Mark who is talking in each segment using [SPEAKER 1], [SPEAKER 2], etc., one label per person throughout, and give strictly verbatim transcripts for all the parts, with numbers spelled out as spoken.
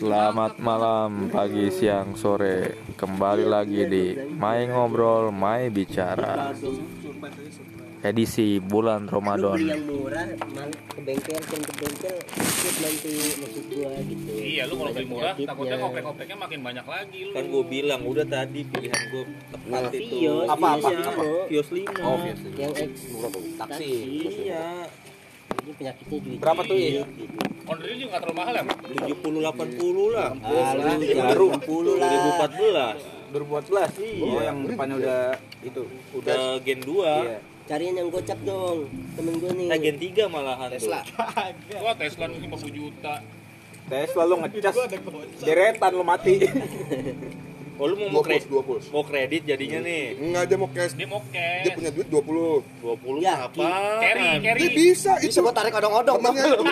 [SPEAKER 1] Selamat malam, pagi, siang, sore. Kembali lagi di Mai Ngobrol, Mai Bicara. Edisi bulan
[SPEAKER 2] Lu
[SPEAKER 1] Ramadan.
[SPEAKER 2] beli yang murah, mal ke bengkel, kan ke bengkel, sedikit nanti maksud gua gitu.
[SPEAKER 3] Iya, lu kalau beli murah,
[SPEAKER 2] Penyakitnya.
[SPEAKER 3] takutnya ngoprek-ngopreknya makin banyak lagi lu.
[SPEAKER 4] Kan gue bilang udah tadi pilihan gue tepat
[SPEAKER 2] Nah,
[SPEAKER 4] itu.
[SPEAKER 2] Vios,
[SPEAKER 4] apa apa
[SPEAKER 2] Vios
[SPEAKER 4] apa?
[SPEAKER 2] lima.
[SPEAKER 4] Vios lima.
[SPEAKER 5] Oh, Vios lima.
[SPEAKER 2] Yang X
[SPEAKER 5] Taksi.
[SPEAKER 4] Iya.
[SPEAKER 2] Ini penyakitnya juga.
[SPEAKER 5] Berapa tuh, ya?
[SPEAKER 2] Gitu.
[SPEAKER 3] Ordernya juga nggak terlalu mahal ya, Pak?
[SPEAKER 4] tujuh puluh delapan puluh lah.
[SPEAKER 2] Ah, lu
[SPEAKER 5] baru.
[SPEAKER 2] enam puluh lah.
[SPEAKER 4] dua ribu empat belas.
[SPEAKER 5] dua ribu empat belas.
[SPEAKER 4] Iya.
[SPEAKER 5] Oh, yang depannya udah itu.
[SPEAKER 4] Udah Gen dua.
[SPEAKER 5] Iya.
[SPEAKER 2] Cariin yang gocap dong, temen gua nih.
[SPEAKER 4] Eh Gen tiga malahan
[SPEAKER 5] Tesla.
[SPEAKER 4] tuh.
[SPEAKER 3] Wah, Tesla lima puluh juta.
[SPEAKER 5] Tesla lu ngecas. Deretan lu mati.
[SPEAKER 4] Oh lu mau mau,
[SPEAKER 6] dua
[SPEAKER 4] kredit,
[SPEAKER 6] puls, dua puls.
[SPEAKER 4] mau kredit jadinya nih.
[SPEAKER 6] Enggak, dia mau cash.
[SPEAKER 3] Dia mau
[SPEAKER 6] Dia
[SPEAKER 3] cash.
[SPEAKER 6] punya duit dua puluh.
[SPEAKER 4] dua puluh
[SPEAKER 2] Ya,
[SPEAKER 4] apa?
[SPEAKER 3] Carry, carry.
[SPEAKER 6] Dia bisa, itu
[SPEAKER 5] Bisa buat tarik odong-odong.
[SPEAKER 6] temannya itu.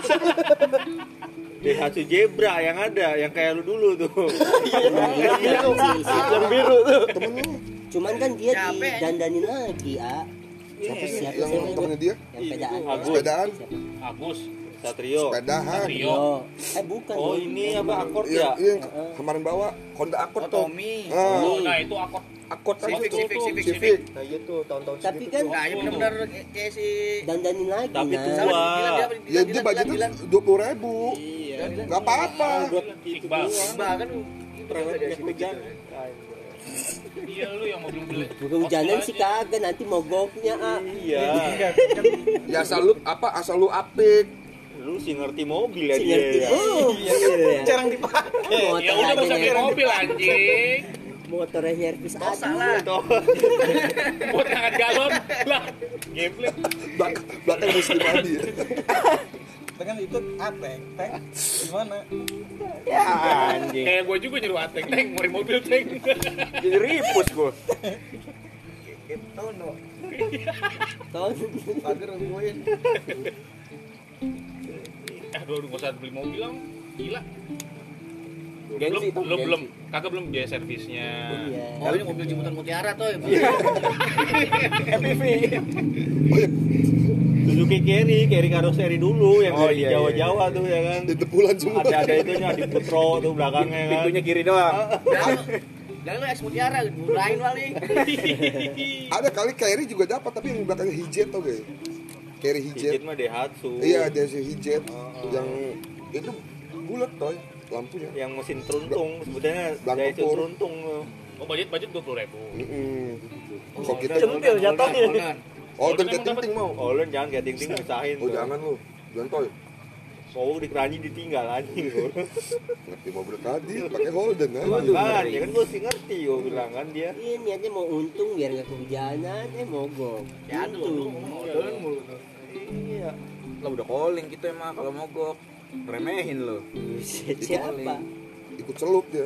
[SPEAKER 4] Daihatsu Zebra yang ada, yang kayak lu dulu tuh.
[SPEAKER 2] Iya, iya, si- si-
[SPEAKER 5] Yang biru tuh.
[SPEAKER 6] Temen lu
[SPEAKER 2] Cuman kan dia didandanin lagi, ah. Siapa sih? Siapa
[SPEAKER 6] yang
[SPEAKER 2] sih?
[SPEAKER 6] temennya dia
[SPEAKER 2] Yang pedaan.
[SPEAKER 4] Agus.
[SPEAKER 6] sepedaan,
[SPEAKER 2] Siapa?
[SPEAKER 3] Agus,
[SPEAKER 4] Satrio.
[SPEAKER 6] sepedahan.
[SPEAKER 3] Trio.
[SPEAKER 2] Yo. Eh bukan.
[SPEAKER 4] Oh
[SPEAKER 2] dong.
[SPEAKER 4] ini apa Accord
[SPEAKER 6] Iya,
[SPEAKER 4] ya?
[SPEAKER 6] iya yang kemarin bawa Honda Accord tuh.
[SPEAKER 5] Tommy.
[SPEAKER 6] Ah,
[SPEAKER 3] Oh, nah itu akord.
[SPEAKER 6] Accord aja
[SPEAKER 5] Civic,
[SPEAKER 6] tuh.
[SPEAKER 5] Civic, Civic,
[SPEAKER 6] Civic.
[SPEAKER 5] Nah, iya tuh tahun-tahun
[SPEAKER 2] Tapi
[SPEAKER 5] segitu
[SPEAKER 2] kan
[SPEAKER 5] tuh.
[SPEAKER 3] Nah, iya
[SPEAKER 5] benar-benar kayak si
[SPEAKER 2] dandanin lagi.
[SPEAKER 4] Tapi
[SPEAKER 2] nah.
[SPEAKER 4] tua.
[SPEAKER 6] Ya dia budgetnya dua puluh ribu.
[SPEAKER 5] Iya.
[SPEAKER 6] Gak apa-apa.
[SPEAKER 3] Iqbal.
[SPEAKER 5] Bahkan
[SPEAKER 4] Hujan.
[SPEAKER 3] Iya lu yang mau beli.
[SPEAKER 2] Kehujanan sih kagak, nanti mogoknya, ah.
[SPEAKER 4] Iya.
[SPEAKER 6] Ya asal lu apa asal lu apik.
[SPEAKER 4] Lu sih ngerti mobil ya
[SPEAKER 2] Si
[SPEAKER 4] dia.
[SPEAKER 2] ngerti.
[SPEAKER 4] Ya.
[SPEAKER 2] Oh, iya ya.
[SPEAKER 5] jarang dipakai.
[SPEAKER 2] Motor
[SPEAKER 3] Ya udah
[SPEAKER 2] aja
[SPEAKER 3] bisa beli
[SPEAKER 2] nih.
[SPEAKER 3] mobil anjing.
[SPEAKER 2] Motornya servis aja.
[SPEAKER 5] Salah.
[SPEAKER 3] Buat ngangkat galon. Lah, gameplay.
[SPEAKER 6] Belakang belakang muslim mandi.
[SPEAKER 7] Kan itu ateng, teng gimana?
[SPEAKER 5] Ya anjing.
[SPEAKER 3] Kayak gue juga nyuruh Ateng, Teng, mau mobil Teng.
[SPEAKER 5] Jadi ripus gua.
[SPEAKER 7] Itu no.
[SPEAKER 2] Tahu?
[SPEAKER 7] Pagar gue.
[SPEAKER 3] Eh, lu nggak usah beli mobil lang. Gila.
[SPEAKER 5] Gengsi
[SPEAKER 3] Belum,
[SPEAKER 5] tuh.
[SPEAKER 3] belum, belum. Kagak belum biaya servisnya.
[SPEAKER 2] Iya.
[SPEAKER 5] Oh, ini mobil jemputan mutiara tuh.
[SPEAKER 7] M P V.
[SPEAKER 4] Suzuki Carry, Carry karoseri dulu yang
[SPEAKER 5] Oh,
[SPEAKER 4] dari
[SPEAKER 5] iya,
[SPEAKER 4] Jawa-Jawa tuh ya kan.
[SPEAKER 6] Di depulan semua.
[SPEAKER 4] Ada ada itunya di Putro tuh belakangnya kan.
[SPEAKER 5] Pintunya kiri doang.
[SPEAKER 7] Jangan lu eks mutiara, murahin paling.
[SPEAKER 6] Ada kali carry juga dapat tapi yang belakangnya hijet tau gak? Carry hijet.
[SPEAKER 4] Hijit mah Daihatsu.
[SPEAKER 6] Iya, ada si hijet yang itu bulat toy lampunya.
[SPEAKER 4] Yang mesin teruntung sebetulnya
[SPEAKER 6] Blang
[SPEAKER 4] Daihatsu
[SPEAKER 6] tempur.
[SPEAKER 4] teruntung tuh.
[SPEAKER 3] Oh, budget budget dua puluh ribu.
[SPEAKER 6] Heeh. Kok kita
[SPEAKER 5] Centil jatuhnya.
[SPEAKER 6] oh dan
[SPEAKER 3] Emang
[SPEAKER 6] kayak ting mau.
[SPEAKER 4] Oh lu jangan kayak ting-ting pisahin
[SPEAKER 6] Oh
[SPEAKER 4] tuh.
[SPEAKER 6] jangan lu. Jangan toy.
[SPEAKER 4] Mau di keranji ditinggal anjing lu.
[SPEAKER 6] Ngerti mobil tadi pakai Holden kan.
[SPEAKER 4] Kan ya kan gua sih ngerti gua bilang kan dia.
[SPEAKER 2] Iya, niatnya mau untung biar nggak kehujanan, eh mogok.
[SPEAKER 7] Ya
[SPEAKER 2] Untung.
[SPEAKER 7] Jalan mulu.
[SPEAKER 5] Iya. Lah udah calling kita emang kalau mogok. Remehin lo.
[SPEAKER 2] Buset, siapa?
[SPEAKER 6] Ikut celup dia.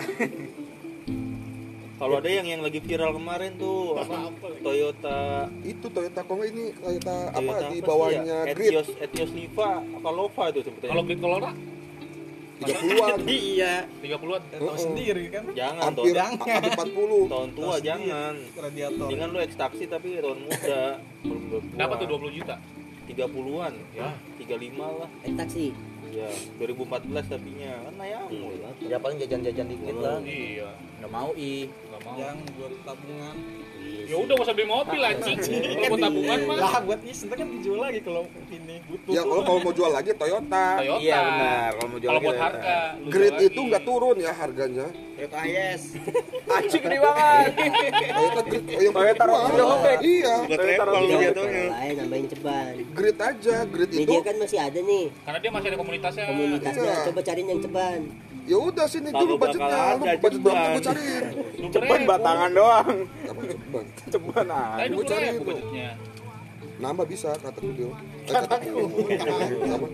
[SPEAKER 4] Kalau ada yang yang lagi viral kemarin tuh apa Toyota
[SPEAKER 6] Itu Toyota kok nggak ini Toyota apa
[SPEAKER 4] Toyota
[SPEAKER 6] di
[SPEAKER 4] sih
[SPEAKER 6] bawahnya
[SPEAKER 4] ya?
[SPEAKER 6] Grid
[SPEAKER 4] Etios Etios Liva apa Lova itu sebetulnya.
[SPEAKER 3] Kalau Grid Colora
[SPEAKER 6] tiga puluhan.
[SPEAKER 4] Iya.
[SPEAKER 3] tiga puluhan.
[SPEAKER 7] Tahu sendiri kan.
[SPEAKER 4] Jangan
[SPEAKER 6] Hampir
[SPEAKER 4] tahun
[SPEAKER 6] hampir empat puluh.
[SPEAKER 4] tahun tua jangan.
[SPEAKER 7] Radiator.
[SPEAKER 4] Dengan lu eks taksi tapi tahun muda. Belum belum tua.
[SPEAKER 3] Dapat tuh dua puluh juta.
[SPEAKER 4] tiga puluhan
[SPEAKER 3] Ya.
[SPEAKER 4] tiga puluh lima lah.
[SPEAKER 2] Eh, taksi.
[SPEAKER 4] Ya, dua ribu empat belas tapinya kan nayamu.
[SPEAKER 5] Ya paling jajan-jajan dikit lah.
[SPEAKER 3] Iya,
[SPEAKER 5] Enggak mau i.
[SPEAKER 3] enggak mau.
[SPEAKER 7] Yang buat tabungan.
[SPEAKER 3] Ya udah enggak usah beli mobil anjing. Kalau mau tabungan mah
[SPEAKER 7] Lah buat isen kan dijual lagi kalau ini butuh.
[SPEAKER 6] Ya kalau kalau mau jual lagi Toyota.
[SPEAKER 3] Toyota.
[SPEAKER 5] Iya benar. Kalau mau jual
[SPEAKER 3] Kalau
[SPEAKER 5] lagi
[SPEAKER 3] buat
[SPEAKER 5] Toyota.
[SPEAKER 3] harga, lu
[SPEAKER 6] Grid
[SPEAKER 3] jual
[SPEAKER 6] itu
[SPEAKER 3] lagi.
[SPEAKER 6] nggak turun ya harganya.
[SPEAKER 7] Toyota Hiace.
[SPEAKER 5] Anjing gede banget.
[SPEAKER 6] Toyota Grid oh, yang
[SPEAKER 5] Toyota
[SPEAKER 6] kedua.
[SPEAKER 5] Rocky Hobek.
[SPEAKER 6] Iya.
[SPEAKER 4] Buat travel lu
[SPEAKER 2] Iya,
[SPEAKER 4] jatuhnya.
[SPEAKER 2] lain nambahin ceban.
[SPEAKER 6] Grid aja, Grid
[SPEAKER 2] Ini
[SPEAKER 6] itu.
[SPEAKER 2] dia kan masih ada nih
[SPEAKER 3] Karena dia masih ada komunitasnya.
[SPEAKER 2] komunitasnya.
[SPEAKER 6] Iya.
[SPEAKER 2] Coba cariin yang ceban.
[SPEAKER 6] Ya udah sini
[SPEAKER 4] Kagak
[SPEAKER 6] dulu
[SPEAKER 4] bakal
[SPEAKER 6] budgetnya. Lu
[SPEAKER 4] ada,
[SPEAKER 6] budget berapa
[SPEAKER 4] ceban.
[SPEAKER 6] gue cariin.
[SPEAKER 5] Ceban batangan doang.
[SPEAKER 6] Apa ceban?
[SPEAKER 5] Ceban
[SPEAKER 3] Tadi
[SPEAKER 5] aja.
[SPEAKER 3] dua
[SPEAKER 6] Gua cari
[SPEAKER 3] ribu
[SPEAKER 6] itu.
[SPEAKER 3] budgetnya.
[SPEAKER 6] Nambah bisa kataku dia. Eh, kataku. Sama.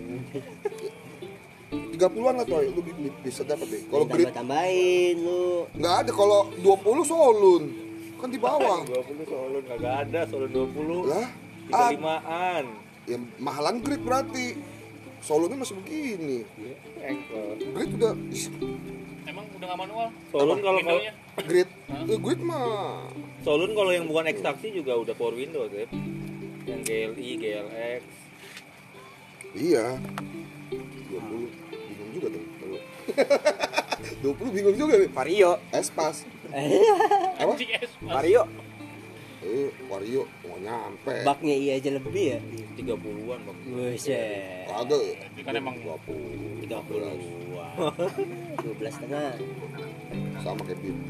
[SPEAKER 6] tiga puluhan lah toy, lu bi- bisa dapat deh. Kalau Grid
[SPEAKER 2] Tambah tambahin lu.
[SPEAKER 6] nggak ada, kalau dua puluh Solun. Kan di bawah.
[SPEAKER 4] dua puluh Solon kagak ada, Solon dua puluh.
[SPEAKER 6] Lah,
[SPEAKER 4] tiga
[SPEAKER 6] ah,
[SPEAKER 4] puluh limaan.
[SPEAKER 6] ya mahalan Grid berarti. Solunnya masih begini.
[SPEAKER 4] Engkel.
[SPEAKER 6] Grid udah ih,
[SPEAKER 3] Emang udah nggak manual?
[SPEAKER 4] Solon kalau kalau
[SPEAKER 3] Windownya?
[SPEAKER 6] Grid. Eh, Grid mah
[SPEAKER 4] Solon kalau yang bukan eks taksi juga udah power window, Grab. Yang G L I, G L X.
[SPEAKER 6] iya. dua puluh bingung juga tuh kalau dua puluh bingung juga nih.
[SPEAKER 5] Vario,
[SPEAKER 6] Espas. Apa?
[SPEAKER 3] Anjing es.
[SPEAKER 5] Vario.
[SPEAKER 6] Eh, Wario mau nyampe.
[SPEAKER 2] Baknya iya aja lebih ya.
[SPEAKER 4] tiga puluhan bang.
[SPEAKER 2] Buset.
[SPEAKER 6] Kagak.
[SPEAKER 3] Ini kan emang
[SPEAKER 6] dua puluh.
[SPEAKER 2] tiga puluh. dua belas setengah.
[SPEAKER 6] Sama kayak Bim.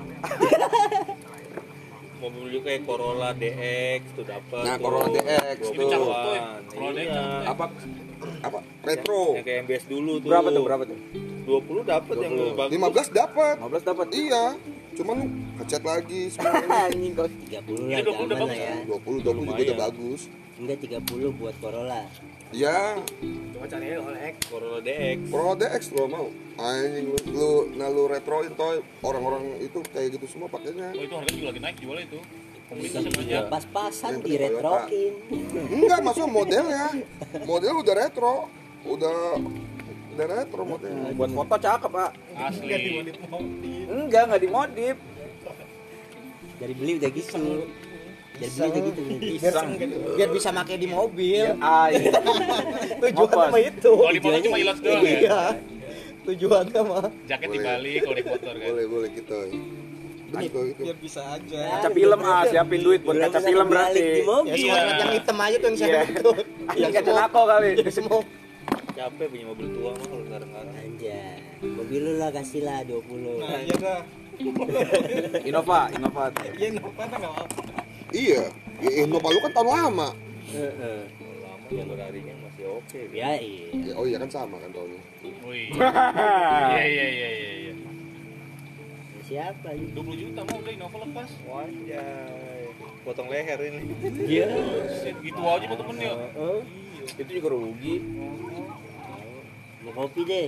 [SPEAKER 4] Mobil juga kayak Corolla D X tuh dapat.
[SPEAKER 6] Nah,
[SPEAKER 4] tuh.
[SPEAKER 6] Corolla D X
[SPEAKER 4] dua
[SPEAKER 3] Itu cakep
[SPEAKER 4] puluhan.
[SPEAKER 3] tuh. Corolla D X
[SPEAKER 4] Iya.
[SPEAKER 3] cakep.
[SPEAKER 6] Apa? Apa? Retro.
[SPEAKER 4] Yang kayak M B S dulu tuh.
[SPEAKER 5] Berapa tuh? Berapa tuh?
[SPEAKER 4] dua puluh dapat yang lu bagus.
[SPEAKER 6] lima belas dapat.
[SPEAKER 5] lima belas dapat.
[SPEAKER 6] Iya. Cuman lu ngecat lagi semua.
[SPEAKER 5] Anjing kok.
[SPEAKER 2] tiga puluh lah
[SPEAKER 3] Ini dua puluh udah
[SPEAKER 2] aman lah
[SPEAKER 3] bagus,
[SPEAKER 2] ya.
[SPEAKER 6] dua puluh dua puluh juga udah bagus.
[SPEAKER 2] Enggak tiga puluh buat Corolla.
[SPEAKER 6] Ya,
[SPEAKER 7] Coba cari aja oleh X.
[SPEAKER 4] Corolla D X.
[SPEAKER 6] Corolla D X lo mau. Anjing lu, lu nah lu retroin toy orang-orang itu kayak gitu semua pakainya.
[SPEAKER 3] Oh itu harganya juga lagi naik jual itu. Komunitasnya banyak.
[SPEAKER 2] Pas-pasan
[SPEAKER 6] Yang
[SPEAKER 2] di retroin.
[SPEAKER 6] Enggak, maksudnya modelnya. Modelnya udah retro. Udah udah retro modelnya.
[SPEAKER 5] Buat foto cakep, Pak.
[SPEAKER 3] Asli.
[SPEAKER 5] Enggak, enggak dimodif.
[SPEAKER 2] Dari beli udah gitu. Dari beli udah gitu.
[SPEAKER 7] Biar, biar bisa pakai di mobil.
[SPEAKER 5] Ah, iya.
[SPEAKER 7] Tujuannya mah itu.
[SPEAKER 3] Kalau di motor cuma ilas doang ya.
[SPEAKER 7] Iya. Tujuannya mah
[SPEAKER 3] Jaket
[SPEAKER 6] Boleh.
[SPEAKER 3] dibalik kalau naik motor kan.
[SPEAKER 6] Boleh, boleh gitu. Bener tuh itu.
[SPEAKER 7] biar bisa aja.
[SPEAKER 5] Kaca film ah, siapin duit buat kaca film berarti.
[SPEAKER 2] Di
[SPEAKER 7] Ya
[SPEAKER 2] mobil.
[SPEAKER 3] Iya.
[SPEAKER 7] semua yang hitam aja tuh yang saya
[SPEAKER 5] Iya.
[SPEAKER 7] itu.
[SPEAKER 5] Yang kaca nako kali.
[SPEAKER 7] Yang semua.
[SPEAKER 4] Capek punya mobil tua mah kalau sekarang-sekarang.
[SPEAKER 2] Anjay. Mobil lu lah kasih lah dua puluh.
[SPEAKER 7] Nah, iya dah.
[SPEAKER 5] Innova, Innova.
[SPEAKER 7] Iya, Nova enggak apa-apa.
[SPEAKER 6] Iya. Ya, Innova lu kan tahun lama.
[SPEAKER 2] Heeh.
[SPEAKER 4] Kalau lama jalur harinya masih oke.
[SPEAKER 2] Ya iya.
[SPEAKER 6] Ya, oh iya kan sama kan tahunnya.
[SPEAKER 3] Wih. Iya iya iya iya iya.
[SPEAKER 2] Siapa ini?
[SPEAKER 3] dua puluh juta mau udah Innova lepas.
[SPEAKER 4] Wajay. Potong leher ini.
[SPEAKER 2] Iya.
[SPEAKER 3] Shit, gitu aja sama temennya.
[SPEAKER 5] Itu juga rugi.
[SPEAKER 2] Mau kopi deh.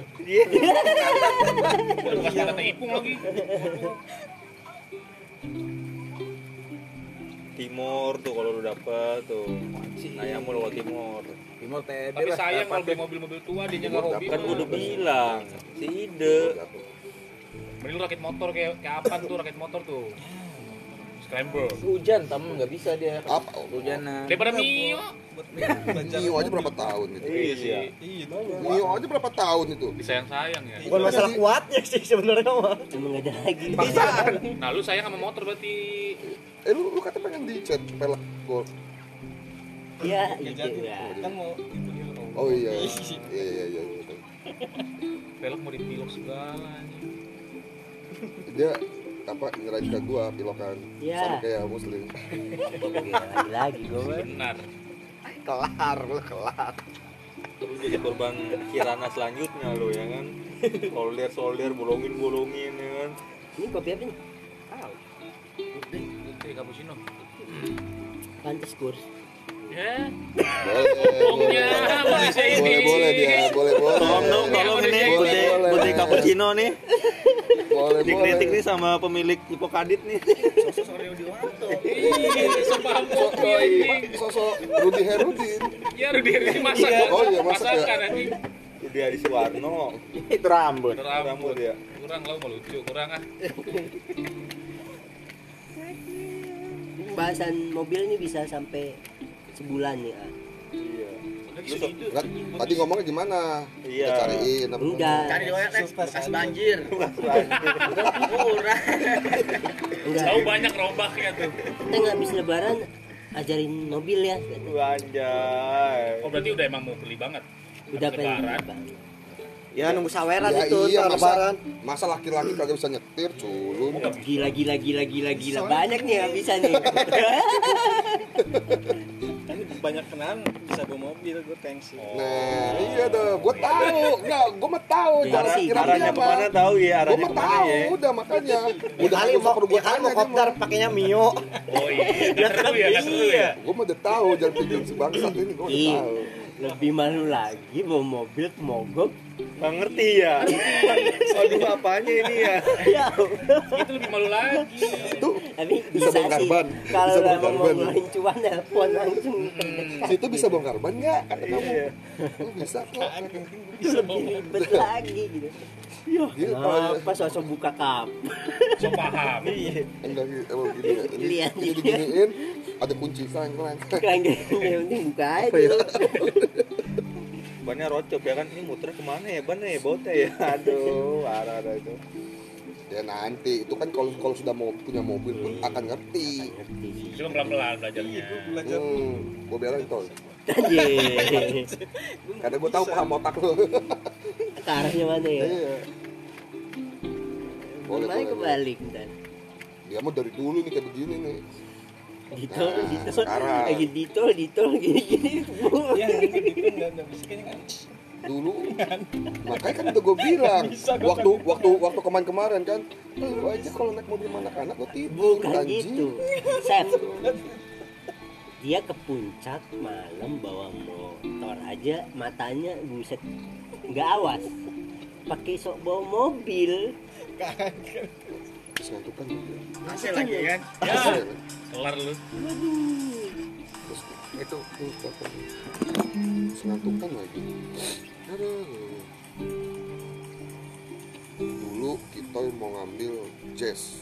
[SPEAKER 3] Udah bekas kata ipung lagi.
[SPEAKER 4] Timor tuh kalau lu dapet tuh. Nayamu lewat Timor.
[SPEAKER 5] Timur T D
[SPEAKER 3] Tapi
[SPEAKER 5] lah.
[SPEAKER 3] sayang kalau beli mobil-mobil tua dia nggak hobi.
[SPEAKER 4] Kan gua udah bilang, si Ide.
[SPEAKER 3] Mending lu rakit motor kayak kayak apa tuh rakit motor tuh. Scramble.
[SPEAKER 5] Hujan, tamu nggak bisa dia.
[SPEAKER 6] Apa?
[SPEAKER 5] Hujanan.
[SPEAKER 3] Daripada Mio.
[SPEAKER 6] Mio aja berapa tahun itu?
[SPEAKER 4] Iya sih.
[SPEAKER 7] Iya,
[SPEAKER 6] Mio aja berapa tahun itu?
[SPEAKER 3] Disayang-sayang ya.
[SPEAKER 7] bukan masalah kuatnya sih sebenarnya mah.
[SPEAKER 2] Emang ada lagi.
[SPEAKER 3] Nah, lu sayang sama motor berarti.
[SPEAKER 6] Eh lu, lu kata pengen dicat pelek gol.
[SPEAKER 2] Iya,
[SPEAKER 7] Nggak
[SPEAKER 2] itu
[SPEAKER 7] jadi.
[SPEAKER 2] lah.
[SPEAKER 7] Kan mau itu gitu.
[SPEAKER 6] Oh iya. Iya iya iya. iya.
[SPEAKER 3] Velg mau dipilok segala anjing.
[SPEAKER 6] Dia apa ngerain ke gua pilokan
[SPEAKER 2] Iya.
[SPEAKER 6] sama kayak muslim.
[SPEAKER 2] Lagi-lagi gue mah.
[SPEAKER 3] Benar.
[SPEAKER 5] Kelar, lu kelar.
[SPEAKER 4] Terus jadi korban Kirana selanjutnya lo ya kan. Solder solder bolongin bolongin ya kan.
[SPEAKER 2] Ini kopi apa nih?
[SPEAKER 3] Putih cappuccino.
[SPEAKER 2] Pantes kurs.
[SPEAKER 3] Ya.
[SPEAKER 6] Boleh.
[SPEAKER 3] Omnya manusia ini.
[SPEAKER 6] Boleh boleh dia, boleh boleh.
[SPEAKER 4] Tolong dong, tolong ini
[SPEAKER 3] Boleh,
[SPEAKER 4] Bude
[SPEAKER 6] boleh.
[SPEAKER 4] Bude cappuccino nih.
[SPEAKER 6] Boleh
[SPEAKER 4] Dikritik
[SPEAKER 6] boleh.
[SPEAKER 4] nih sama pemilik Hipokadit nih.
[SPEAKER 3] Ih, sepaham kopi anjing.
[SPEAKER 6] Sosok Rudy Herudin.
[SPEAKER 3] Ya Rudi Herdi masak.
[SPEAKER 6] Oh, iya, masak ya.
[SPEAKER 3] Masakan anjing.
[SPEAKER 4] Udah Adi Suwarno.
[SPEAKER 5] Itu rambut.
[SPEAKER 3] Rambut
[SPEAKER 4] Rambut ya.
[SPEAKER 3] Kurang lah mau lucu, kurang ah.
[SPEAKER 2] Pembahasan mobil ini bisa sampai sebulan nih. Ah.
[SPEAKER 4] Iya.
[SPEAKER 3] Lagi segitu.
[SPEAKER 6] Kan tadi ngomongnya gimana?
[SPEAKER 4] Iya.
[SPEAKER 6] Kita cariin apa?
[SPEAKER 2] Enggak.
[SPEAKER 7] Cari di O L X bekas banjir.
[SPEAKER 2] Enggak.
[SPEAKER 3] Tahu banyak robaknya tuh.
[SPEAKER 2] Kita nggak habis lebaran ajarin mobil ya. kata.
[SPEAKER 4] Anjay.
[SPEAKER 3] Oh berarti udah emang mau beli banget.
[SPEAKER 2] Udah
[SPEAKER 3] Habis
[SPEAKER 2] pengen.
[SPEAKER 3] lebaran.
[SPEAKER 7] Ya nunggu saweran
[SPEAKER 6] Ya
[SPEAKER 7] itu
[SPEAKER 6] iya
[SPEAKER 7] ntar
[SPEAKER 6] masa,
[SPEAKER 7] lebaran.
[SPEAKER 6] masa laki-laki kagak bisa nyetir culun.
[SPEAKER 2] Gila gila gila gila gila banyak nih yang bisa nih.
[SPEAKER 7] Kan banyak kenalan bisa bawa mobil gue thanks.
[SPEAKER 6] Nah iya dah, gue tahu, nggak, gue mah tahu.
[SPEAKER 2] Ya,
[SPEAKER 6] Cara
[SPEAKER 2] sih,
[SPEAKER 6] kira
[SPEAKER 4] Arahnya kemana tahu ya,
[SPEAKER 6] Gue
[SPEAKER 4] arahnya
[SPEAKER 6] mah
[SPEAKER 4] kemana
[SPEAKER 6] tahu,
[SPEAKER 4] ya.
[SPEAKER 6] udah makanya.
[SPEAKER 7] Udah kali mau ya kali mau kopdar pakainya Mio.
[SPEAKER 3] Oh iya, nggak seru ya, nggak seru ya.
[SPEAKER 6] Gue mah udah tahu jangan bikin si bangsat ini, gue udah
[SPEAKER 2] Ih,
[SPEAKER 6] tahu.
[SPEAKER 2] lebih malu lagi bawa mobil ke mogok.
[SPEAKER 4] Nggak ngerti ya. Aduh apanya ini ya.
[SPEAKER 2] Ya,
[SPEAKER 3] Itu lebih malu lagi.
[SPEAKER 6] Itu
[SPEAKER 2] tapi
[SPEAKER 6] Bisa
[SPEAKER 2] bisa,
[SPEAKER 6] bongkar
[SPEAKER 2] sih.
[SPEAKER 6] ban.
[SPEAKER 2] Kalau
[SPEAKER 6] Bisa
[SPEAKER 2] udah
[SPEAKER 6] bongkar
[SPEAKER 2] mau
[SPEAKER 6] ban.
[SPEAKER 2] ngomongin cuan telepon langsung.
[SPEAKER 6] situ bisa bongkar ban nggak? Kata kamu.
[SPEAKER 4] Iya.
[SPEAKER 6] Lu bisa kok.
[SPEAKER 2] Lebih ribet lagi gitu. Ya,
[SPEAKER 6] Gitu,
[SPEAKER 2] kenapa sosok buka kap?
[SPEAKER 3] So paham.
[SPEAKER 6] Enggak gitu, emang gini ya. Ini,
[SPEAKER 2] Lihat,
[SPEAKER 6] ini
[SPEAKER 2] lihat.
[SPEAKER 6] diginiin, ada kunci sayang sayang.
[SPEAKER 2] Kagak yang penting buka aja.
[SPEAKER 4] bannya rocop ya kan, ini muter kemana ya ban ya botnya ya. Aduh, parah ada itu.
[SPEAKER 6] Ya nanti itu kan kalau kalau sudah mau punya mobil pun akan ngerti.
[SPEAKER 3] Cuma pelan-pelan belajarnya.
[SPEAKER 6] Hmm, gue bilang tol.
[SPEAKER 2] Anjir.
[SPEAKER 6] Karena gue tahu paham otak lu.
[SPEAKER 2] Ke arahnya mana ya?
[SPEAKER 6] Iya. Boleh,
[SPEAKER 2] Gimana
[SPEAKER 6] boleh,
[SPEAKER 2] kebalik ntar?
[SPEAKER 6] Dia mah dari dulu nih kayak begini nih.
[SPEAKER 2] Dito,
[SPEAKER 6] Nah,
[SPEAKER 2] Dito,
[SPEAKER 6] sekarang.
[SPEAKER 2] lagi Dito, Dito, gini-gini.
[SPEAKER 7] Iya, gitu enggak enggak bisa kayaknya kan.
[SPEAKER 6] Dulu makanya kan udah gue bilang waktu waktu waktu kemarin-kemarin kan lu aja kalau naik mobil sama anak-anak lo tidur
[SPEAKER 2] Bukan
[SPEAKER 6] anjing.
[SPEAKER 2] gitu. Chef. Dia ke puncak malam bawa motor aja matanya buset nggak awas. Pakai sok bawa mobil.
[SPEAKER 6] Terus ngantukan
[SPEAKER 3] Masih lagi kan? Ya,
[SPEAKER 6] ya.
[SPEAKER 3] kelar lu.
[SPEAKER 6] Terus itu tuh apa Terus ngantukan lagi. Aduh. Dulu kita mau ngambil jazz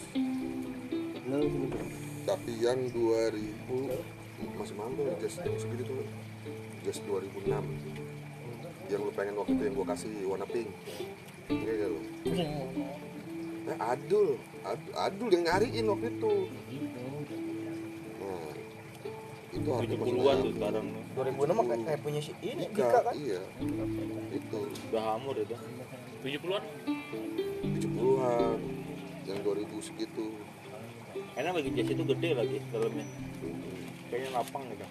[SPEAKER 6] tapi yang dua ribu masih mampu jazz yang segitu tuh jazz dua ribu enam yang lu pengen waktu itu yang gua kasih warna pink. Iya ya lu. Eh, Adul, Adul, Adul yang nyariin waktu itu. Nah, itu harga
[SPEAKER 4] tujuh
[SPEAKER 6] masih
[SPEAKER 4] puluhan tuh
[SPEAKER 6] mahal.
[SPEAKER 4] sekarang.
[SPEAKER 7] dua ribu enam kayak kayak punya si ini
[SPEAKER 6] Dika,
[SPEAKER 7] Dika kan.
[SPEAKER 6] iya. Itu
[SPEAKER 4] Udah hamur itu.
[SPEAKER 3] tujuh puluhan.
[SPEAKER 6] tujuh puluhan yang dua ribu segitu.
[SPEAKER 4] Enak lagi jas itu gede lagi dalamnya. Kayaknya lapang gitu.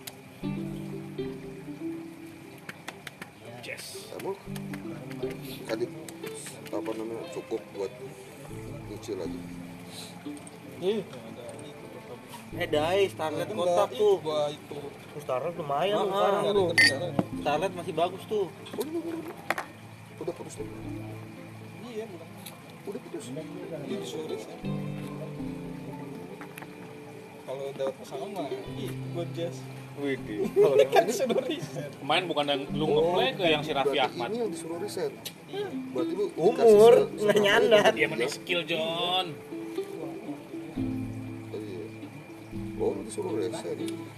[SPEAKER 3] Yes.
[SPEAKER 6] Kamu kadit apa namanya cukup buat nyicil lagi.
[SPEAKER 7] Ih,
[SPEAKER 4] Eh dai, Starlet kotak tuh.
[SPEAKER 7] gua itu.
[SPEAKER 2] Starlet lumayan
[SPEAKER 4] Ah,
[SPEAKER 2] lu sekarang
[SPEAKER 4] ah.
[SPEAKER 2] lu.
[SPEAKER 4] Starlet masih bagus tuh.
[SPEAKER 6] Udah, udah, udah. Udah putus tuh.
[SPEAKER 7] Iya, bukan.
[SPEAKER 6] Udah putus.
[SPEAKER 7] Ini disuruh sih. Kalau dapat pasangan mah, ih, gua jazz.
[SPEAKER 4] Wih,
[SPEAKER 7] Kan disuruh riset.
[SPEAKER 3] Kemarin bukan yang lu ngeplay ke yang si Raffi
[SPEAKER 6] Berarti
[SPEAKER 3] Ahmad.
[SPEAKER 6] ini yang disuruh riset. Berarti lu
[SPEAKER 2] Umur
[SPEAKER 6] dikasih se-
[SPEAKER 2] nggak
[SPEAKER 6] se-
[SPEAKER 2] nyandar.
[SPEAKER 3] Dia penting skill John.
[SPEAKER 6] Oh, iya. Oh, disuruh riset.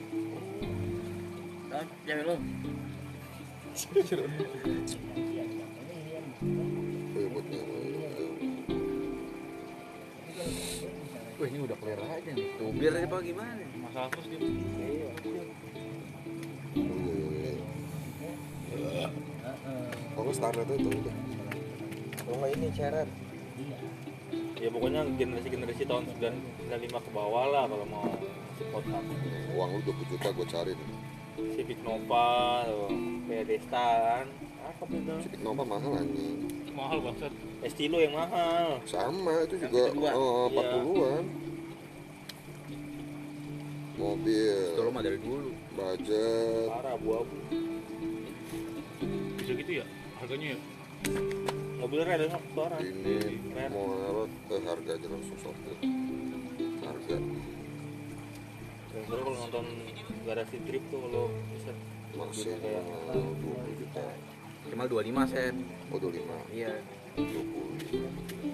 [SPEAKER 3] Jangan lu.
[SPEAKER 6] Oh, iya, buat nyawa.
[SPEAKER 5] Wah ini udah clear aja nih. Tuh biar apa gimana?
[SPEAKER 3] Masalah terus dia.
[SPEAKER 6] Oh, iya, iya, iya. Oh, nggak Starlet itu udah.
[SPEAKER 7] Oh, nggak ini ceret.
[SPEAKER 4] ya pokoknya generasi-generasi tahun sembilan puluh lima ke bawah lah kalau mau support aku.
[SPEAKER 6] Uang lu dua puluh juta gue cari nih.
[SPEAKER 4] Civic Nova, tuh, kayak Desta kan. Apa itu?
[SPEAKER 6] Civic Nova mahal anjing.
[SPEAKER 3] Mahal banget.
[SPEAKER 4] Estilo yang mahal.
[SPEAKER 6] Sama itu juga
[SPEAKER 4] kedua.
[SPEAKER 6] oh, empat
[SPEAKER 4] Iya.
[SPEAKER 6] puluhan. Mobil,
[SPEAKER 5] Itu lo mah dari dulu.
[SPEAKER 6] budget,
[SPEAKER 4] Parah abu-abu.
[SPEAKER 3] Bisa gitu ya harganya ya.
[SPEAKER 4] Mobil red ada suara.
[SPEAKER 6] ini
[SPEAKER 4] Red.
[SPEAKER 6] mau apa ke harganya langsung sortir. Harga
[SPEAKER 4] Yang seru kalau nonton garasi trip tuh kalau bisa
[SPEAKER 6] maksimal
[SPEAKER 4] kayak
[SPEAKER 6] dua puluh juta.
[SPEAKER 5] Cuma dua puluh lima set.
[SPEAKER 6] Oh, dua puluh lima.
[SPEAKER 5] Iya.
[SPEAKER 6] dua puluh lima.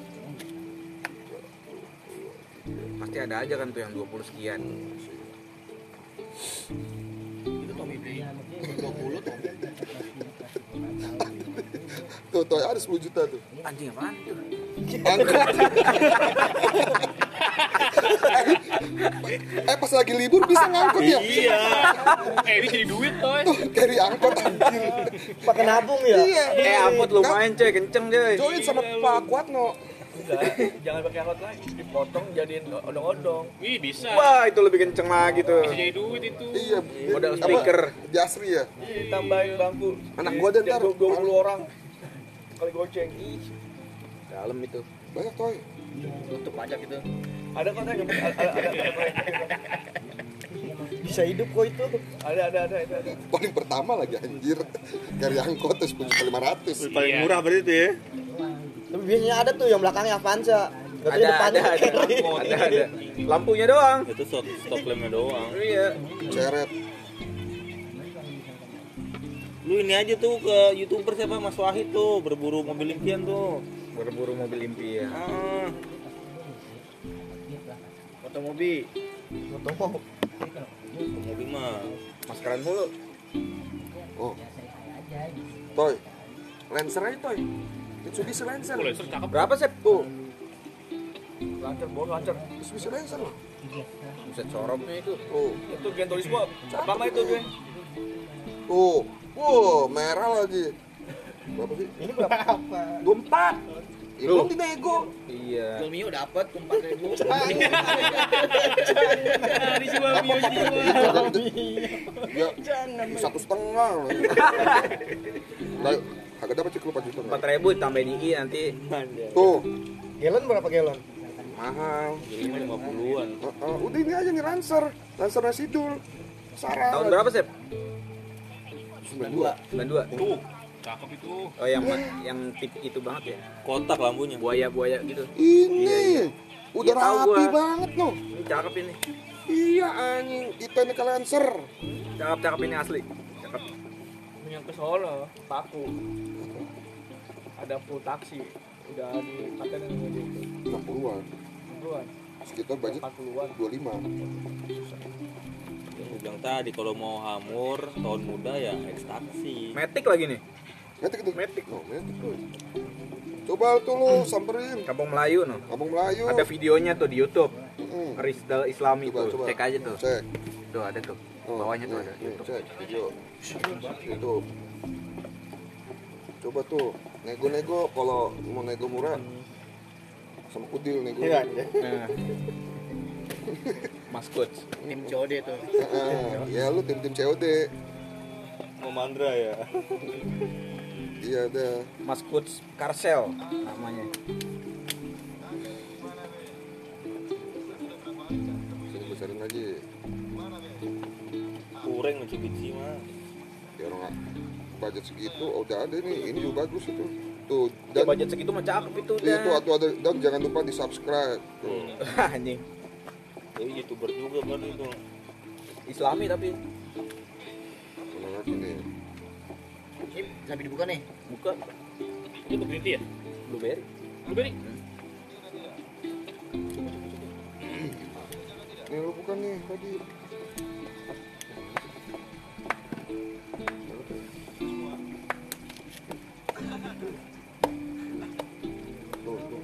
[SPEAKER 5] Pasti ada aja kan tuh yang dua puluh sekian.
[SPEAKER 3] Itu Tommy beli dua puluh tuh.
[SPEAKER 6] Tuh, tuh ada sepuluh juta tuh.
[SPEAKER 5] Anjing apaan tuh?
[SPEAKER 6] Angkot. eh pas lagi libur bisa ngangkut ya?
[SPEAKER 3] Iya. Eh ini jadi duit toy.
[SPEAKER 6] Tuh carry angkot anjir.
[SPEAKER 2] Pakai nabung ya?
[SPEAKER 6] Iya.
[SPEAKER 5] Eh angkot lumayan coy, kenceng coy.
[SPEAKER 6] Join sama Pak Kuatno.
[SPEAKER 7] Enggak, jangan pakai angkot lagi, dipotong jadiin odong-odong.
[SPEAKER 3] Wih bisa.
[SPEAKER 5] Wah itu lebih kenceng lagi tuh.
[SPEAKER 3] Bisa jadi duit itu.
[SPEAKER 6] Iya.
[SPEAKER 5] Modal
[SPEAKER 6] apa,
[SPEAKER 5] speaker.
[SPEAKER 6] Jasri ya.
[SPEAKER 7] Ditambahin lampu.
[SPEAKER 6] Anak gua ada ntar.
[SPEAKER 7] dua puluh orang. Kali goceng. Ih,
[SPEAKER 5] Dalam itu.
[SPEAKER 6] Banyak toy.
[SPEAKER 5] Tutup pajak itu.
[SPEAKER 7] ada kok ada ada ada, ada, ada. Bisa hidup kok itu. Ada ada ada ada. ada.
[SPEAKER 6] Paling pertama lagi anjir. Carry angkot terus sepuluh juta lima ratus.
[SPEAKER 4] paling
[SPEAKER 3] Iya.
[SPEAKER 4] murah berarti tuh ya.
[SPEAKER 2] Tapi biasanya ada tuh yang belakangnya Avanza. Gak
[SPEAKER 5] Ada ada ada.
[SPEAKER 2] Carry.
[SPEAKER 5] Ada ada. Lampunya doang.
[SPEAKER 4] Itu stop stop lampnya doang.
[SPEAKER 5] Iya.
[SPEAKER 6] Ceret.
[SPEAKER 4] Lu ini aja tuh ke YouTuber siapa Mas Wahid tuh berburu mobil impian tuh.
[SPEAKER 5] Berburu mobil impian.
[SPEAKER 4] Ah,
[SPEAKER 5] Foto mobil.
[SPEAKER 2] Foto mau.
[SPEAKER 4] mobil mah.
[SPEAKER 5] Maskeran mulu.
[SPEAKER 6] Oh. Toy, Lancer aja Toy. Mitsubishi Lancer.
[SPEAKER 3] Oh, Lancer cakep.
[SPEAKER 5] Berapa Sep?
[SPEAKER 6] Tuh,
[SPEAKER 7] Lancer, bos lancer.
[SPEAKER 6] Mitsubishi Lancer loh.
[SPEAKER 5] Buset soromnya itu.
[SPEAKER 6] Tuh,
[SPEAKER 7] Itu Gran Turismo. Pertama itu gue.
[SPEAKER 6] tuh, wow, merah lagi. Berapa sih?
[SPEAKER 7] Ini berapa?
[SPEAKER 6] dua puluh empat. Ya, belum dinego.
[SPEAKER 5] Iya.
[SPEAKER 7] Jual Mio dapat empat ribu.
[SPEAKER 3] Dijual Mio
[SPEAKER 6] Ya, satu setengah. Nah, harga dapat cukup empat juta.
[SPEAKER 5] Empat ribu tambah di I nanti.
[SPEAKER 6] Tuh,
[SPEAKER 7] Galon berapa galon?
[SPEAKER 6] mahal.
[SPEAKER 4] Jadi lima puluhan.
[SPEAKER 6] Uh, uh, udah ini aja nih Lancer, Lancer Residul. Sarah.
[SPEAKER 5] Tahun berapa Sep?
[SPEAKER 6] sembilan puluh dua.
[SPEAKER 5] sembilan puluh dua.
[SPEAKER 3] Tuh, cakep itu.
[SPEAKER 5] Oh yang yang tip itu banget ya.
[SPEAKER 4] Kotak lampunya.
[SPEAKER 5] Buaya-buaya gitu.
[SPEAKER 6] Ini
[SPEAKER 5] Iya, iya.
[SPEAKER 6] udah
[SPEAKER 5] Iya, tahu
[SPEAKER 6] rapi
[SPEAKER 5] gua.
[SPEAKER 6] banget loh.
[SPEAKER 5] Ini cakep ini.
[SPEAKER 6] Iya anjing, kita ini ke Lancer.
[SPEAKER 5] Cakep-cakep ini asli. Cakep.
[SPEAKER 7] Yang ke Solo, Paku. Ada full taksi. Udah di paten yang gede itu.
[SPEAKER 6] enam puluhan.
[SPEAKER 7] Duluan.
[SPEAKER 6] Sekitar budget
[SPEAKER 7] empat puluhan.
[SPEAKER 6] dua puluh lima.
[SPEAKER 4] Yang gue bilang tadi kalau mau hamur tahun muda ya ekstaksi.
[SPEAKER 5] Matic lagi nih.
[SPEAKER 6] Metik itu.
[SPEAKER 5] Matic.
[SPEAKER 6] Oh, metik tuh. Coba tuh lo samperin.
[SPEAKER 5] Kampung Melayu no.
[SPEAKER 6] Kampung Melayu.
[SPEAKER 5] Ada videonya tuh di YouTube.
[SPEAKER 6] Mm-mm.
[SPEAKER 5] Risdal Islami
[SPEAKER 6] Coba,
[SPEAKER 5] tuh.
[SPEAKER 6] coba.
[SPEAKER 5] Cek aja tuh.
[SPEAKER 6] Cek.
[SPEAKER 5] Tuh ada tuh.
[SPEAKER 6] Oh,
[SPEAKER 5] Bawahnya tuh
[SPEAKER 6] nih,
[SPEAKER 5] ada
[SPEAKER 6] nih,
[SPEAKER 5] YouTube.
[SPEAKER 6] cek video. Itu. Coba tuh nego-nego kalau mau nego murah sama Kudil nego.
[SPEAKER 7] Iya.
[SPEAKER 5] Nah. Mas Coach.
[SPEAKER 7] Tim C O D tuh.
[SPEAKER 6] Heeh. Ya lu tim-tim C O D.
[SPEAKER 4] Mau mandra ya.
[SPEAKER 6] Iya ada.
[SPEAKER 5] Mas Coach Karsel namanya.
[SPEAKER 6] Sini besarin lagi.
[SPEAKER 4] Kurang Mitsubishi mah.
[SPEAKER 6] Ya orang budget segitu oh, udah ada nih. Ini juga bagus itu. Tuh
[SPEAKER 5] Ya
[SPEAKER 6] dan
[SPEAKER 5] budget segitu mah cakep itu
[SPEAKER 6] iya, tuh,
[SPEAKER 5] udah.
[SPEAKER 6] tuh ada dan jangan lupa di subscribe. Tuh.
[SPEAKER 5] Anjing.
[SPEAKER 4] Jadi youtuber juga kan itu.
[SPEAKER 5] Islami tapi
[SPEAKER 6] Mana lagi nih?
[SPEAKER 7] Ini sampai dibuka nih.
[SPEAKER 5] buka
[SPEAKER 3] Itu green tea ya?
[SPEAKER 5] blueberry.
[SPEAKER 3] Blueberry.
[SPEAKER 6] Nih lu bukan nih tadi. Tuh, tuh.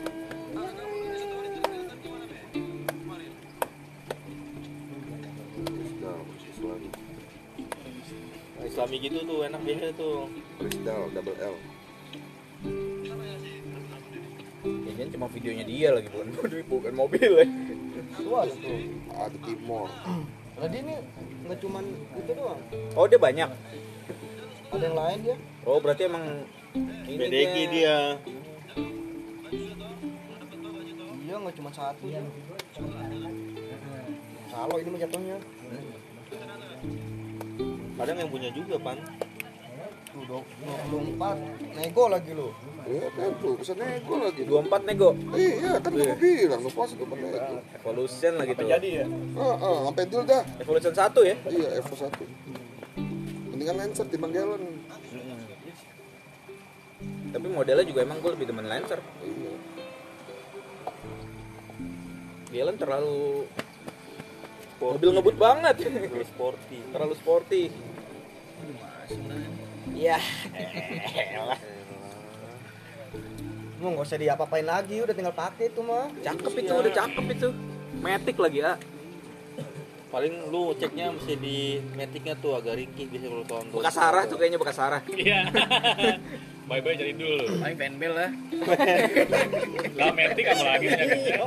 [SPEAKER 6] Risdal, Islam.
[SPEAKER 4] Nah, Islami gitu tuh enak biasa tuh.
[SPEAKER 6] Risdal, double L.
[SPEAKER 5] Ini cuma videonya dia lagi bukan bukan mobil ya.
[SPEAKER 7] Tuh ada tuh.
[SPEAKER 6] Ada Timor.
[SPEAKER 7] Tadi ini nggak cuman itu doang.
[SPEAKER 5] Oh dia banyak.
[SPEAKER 7] Ada yang lain dia.
[SPEAKER 5] Oh berarti emang ini
[SPEAKER 4] B D G dia.
[SPEAKER 7] Iya nggak cuma satu. Salo ini mah jatuhnya.
[SPEAKER 4] Kadang yang punya juga pan.
[SPEAKER 7] Tuh dua puluh empat. Nego lagi lu.
[SPEAKER 6] Iya kan tuh, bisa nego lagi.
[SPEAKER 5] dua puluh empat nego.
[SPEAKER 6] Iya kan gue bilang, lu pas itu bener.
[SPEAKER 5] Evolution lagi tuh.
[SPEAKER 7] Jadi ya.
[SPEAKER 6] Ah, ah, sampai deal dah.
[SPEAKER 5] Evolution satu ya.
[SPEAKER 6] Iya, Evo satu. Mendingan Lancer timbang Galon.
[SPEAKER 5] Tapi modelnya juga emang gue lebih demen Lancer.
[SPEAKER 6] Iya.
[SPEAKER 5] Galen terlalu mobil ngebut banget.
[SPEAKER 4] Terus sporty.
[SPEAKER 5] Terlalu sporty. Iya.
[SPEAKER 7] Mau nggak usah diapa-apain lagi, udah tinggal pakai itu mah.
[SPEAKER 5] Cakep itu, udah cakep itu. Matic lagi ya.
[SPEAKER 4] Paling lu ceknya mesti di metiknya tuh agak ringkih bisa kalau tahun
[SPEAKER 5] Bekas arah tuh kayaknya bekas arah.
[SPEAKER 3] Iya. Bye-bye jadi dulu.
[SPEAKER 7] Paling fanbel lah.
[SPEAKER 3] Lah metik apa lagi sih?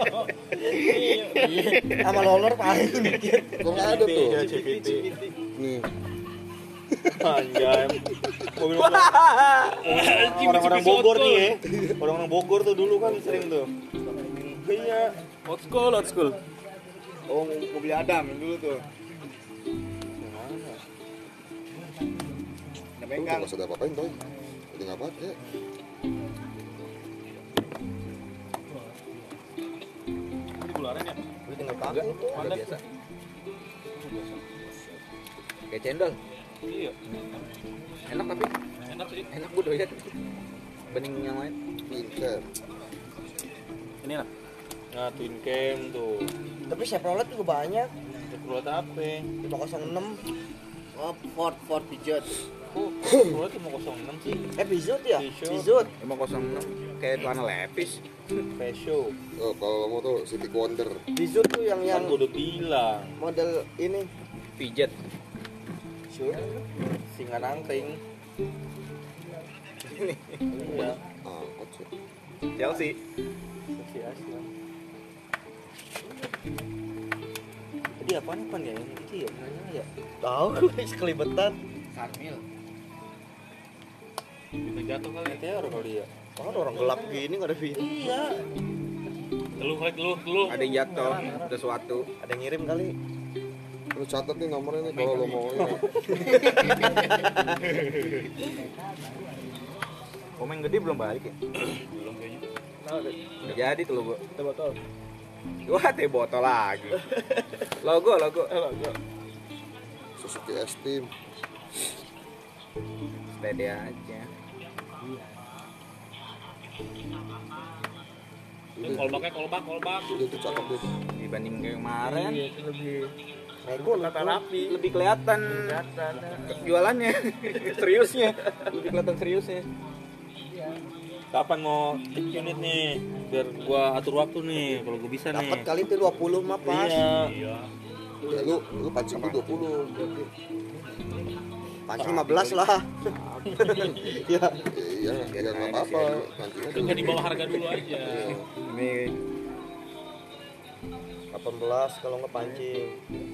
[SPEAKER 7] Sama roller paling dikit.
[SPEAKER 6] Kok nggak ada tuh?
[SPEAKER 4] C V T.
[SPEAKER 6] Nih,
[SPEAKER 4] Anjay. Mobil orang-orang Bogor nih ya. Orang-orang Bogor tuh dulu kan sering tuh. Iya.
[SPEAKER 5] Old school, old school.
[SPEAKER 7] Oh, mobil Adam yang dulu tuh.
[SPEAKER 6] tuh nggak usah apa-apain tuh. Udah nggak pakai.
[SPEAKER 3] Ini bularan ya?
[SPEAKER 7] Udah tinggal pakai itu.
[SPEAKER 5] Udah biasa. Kayak cendol.
[SPEAKER 3] Iya.
[SPEAKER 5] Enak tapi
[SPEAKER 3] Enak sih.
[SPEAKER 5] enak gue doyan. Bening yang lain.
[SPEAKER 6] Pinter.
[SPEAKER 3] Ini lah.
[SPEAKER 4] Nah, twin cam tuh.
[SPEAKER 7] Tapi Chevrolet juga banyak.
[SPEAKER 4] Chevrolet apa?
[SPEAKER 7] lima nol enam. Oh, Ford Ford Peugeot.
[SPEAKER 4] Kok keluar cuma nol enam sih?
[SPEAKER 7] Eh Peugeot ya?
[SPEAKER 4] Peugeot.
[SPEAKER 7] Peugeot.
[SPEAKER 5] lima nol enam kayak celana lepis.
[SPEAKER 4] Pesho.
[SPEAKER 6] Oh, kalau mau tuh City Wonder.
[SPEAKER 7] Peugeot tuh yang
[SPEAKER 4] Kan
[SPEAKER 7] yang
[SPEAKER 4] gua udah bilang.
[SPEAKER 7] model ini.
[SPEAKER 5] Pijet.
[SPEAKER 7] Sure.
[SPEAKER 4] Singa nangkring. Iya.
[SPEAKER 6] Angkot sih.
[SPEAKER 5] Chelsea.
[SPEAKER 4] Si Aslan. Tadi apaan apaan ya? Yang itu ya? Mana ya?
[SPEAKER 7] Tahu gue sekelibetan.
[SPEAKER 3] Karmil. Kita jatuh kali.
[SPEAKER 4] Meteor kali ya?
[SPEAKER 7] Oh, orang gelap gini enggak ada video.
[SPEAKER 4] Iya.
[SPEAKER 3] Teluh kali teluh teluh.
[SPEAKER 5] Ada yang jatuh sesuatu.
[SPEAKER 7] Ada yang ngirim kali.
[SPEAKER 6] Lu catat nih nomornya nih kalau lo mau ini.
[SPEAKER 5] Komen gede belum balik ya?
[SPEAKER 3] Belum kayaknya.
[SPEAKER 5] Udah jadi tuh logo.
[SPEAKER 7] Teh botol.
[SPEAKER 5] Wah, teh botol lagi. Logo, logo.
[SPEAKER 7] logo.
[SPEAKER 6] Suzuki S-Team.
[SPEAKER 5] Steady aja.
[SPEAKER 6] Udah,
[SPEAKER 3] Kolbaknya kolbak kolbak.
[SPEAKER 6] udah tuh cakep deh.
[SPEAKER 5] Dibanding kayak kemarin,
[SPEAKER 7] Iya, itu lebih nego tata rapi.
[SPEAKER 5] lebih kelihatan
[SPEAKER 7] Kelihatan.
[SPEAKER 5] jualannya. Seriusnya. Lebih kelihatan seriusnya.
[SPEAKER 4] Kapan mau take unit nih? Biar gua atur waktu nih kalau gua bisa nih.
[SPEAKER 7] Dapat kali itu dua puluh mah pas.
[SPEAKER 4] Iya.
[SPEAKER 3] Iya.
[SPEAKER 6] Ya lu lu pancing tuh dua puluh.
[SPEAKER 7] Pancing lima belas lah. Iya.
[SPEAKER 6] Ya, iya, ya enggak apa-apa. Pancingnya
[SPEAKER 3] Enggak di bawah harga dulu aja.
[SPEAKER 5] Ini
[SPEAKER 7] delapan belas kalau nggak pancing.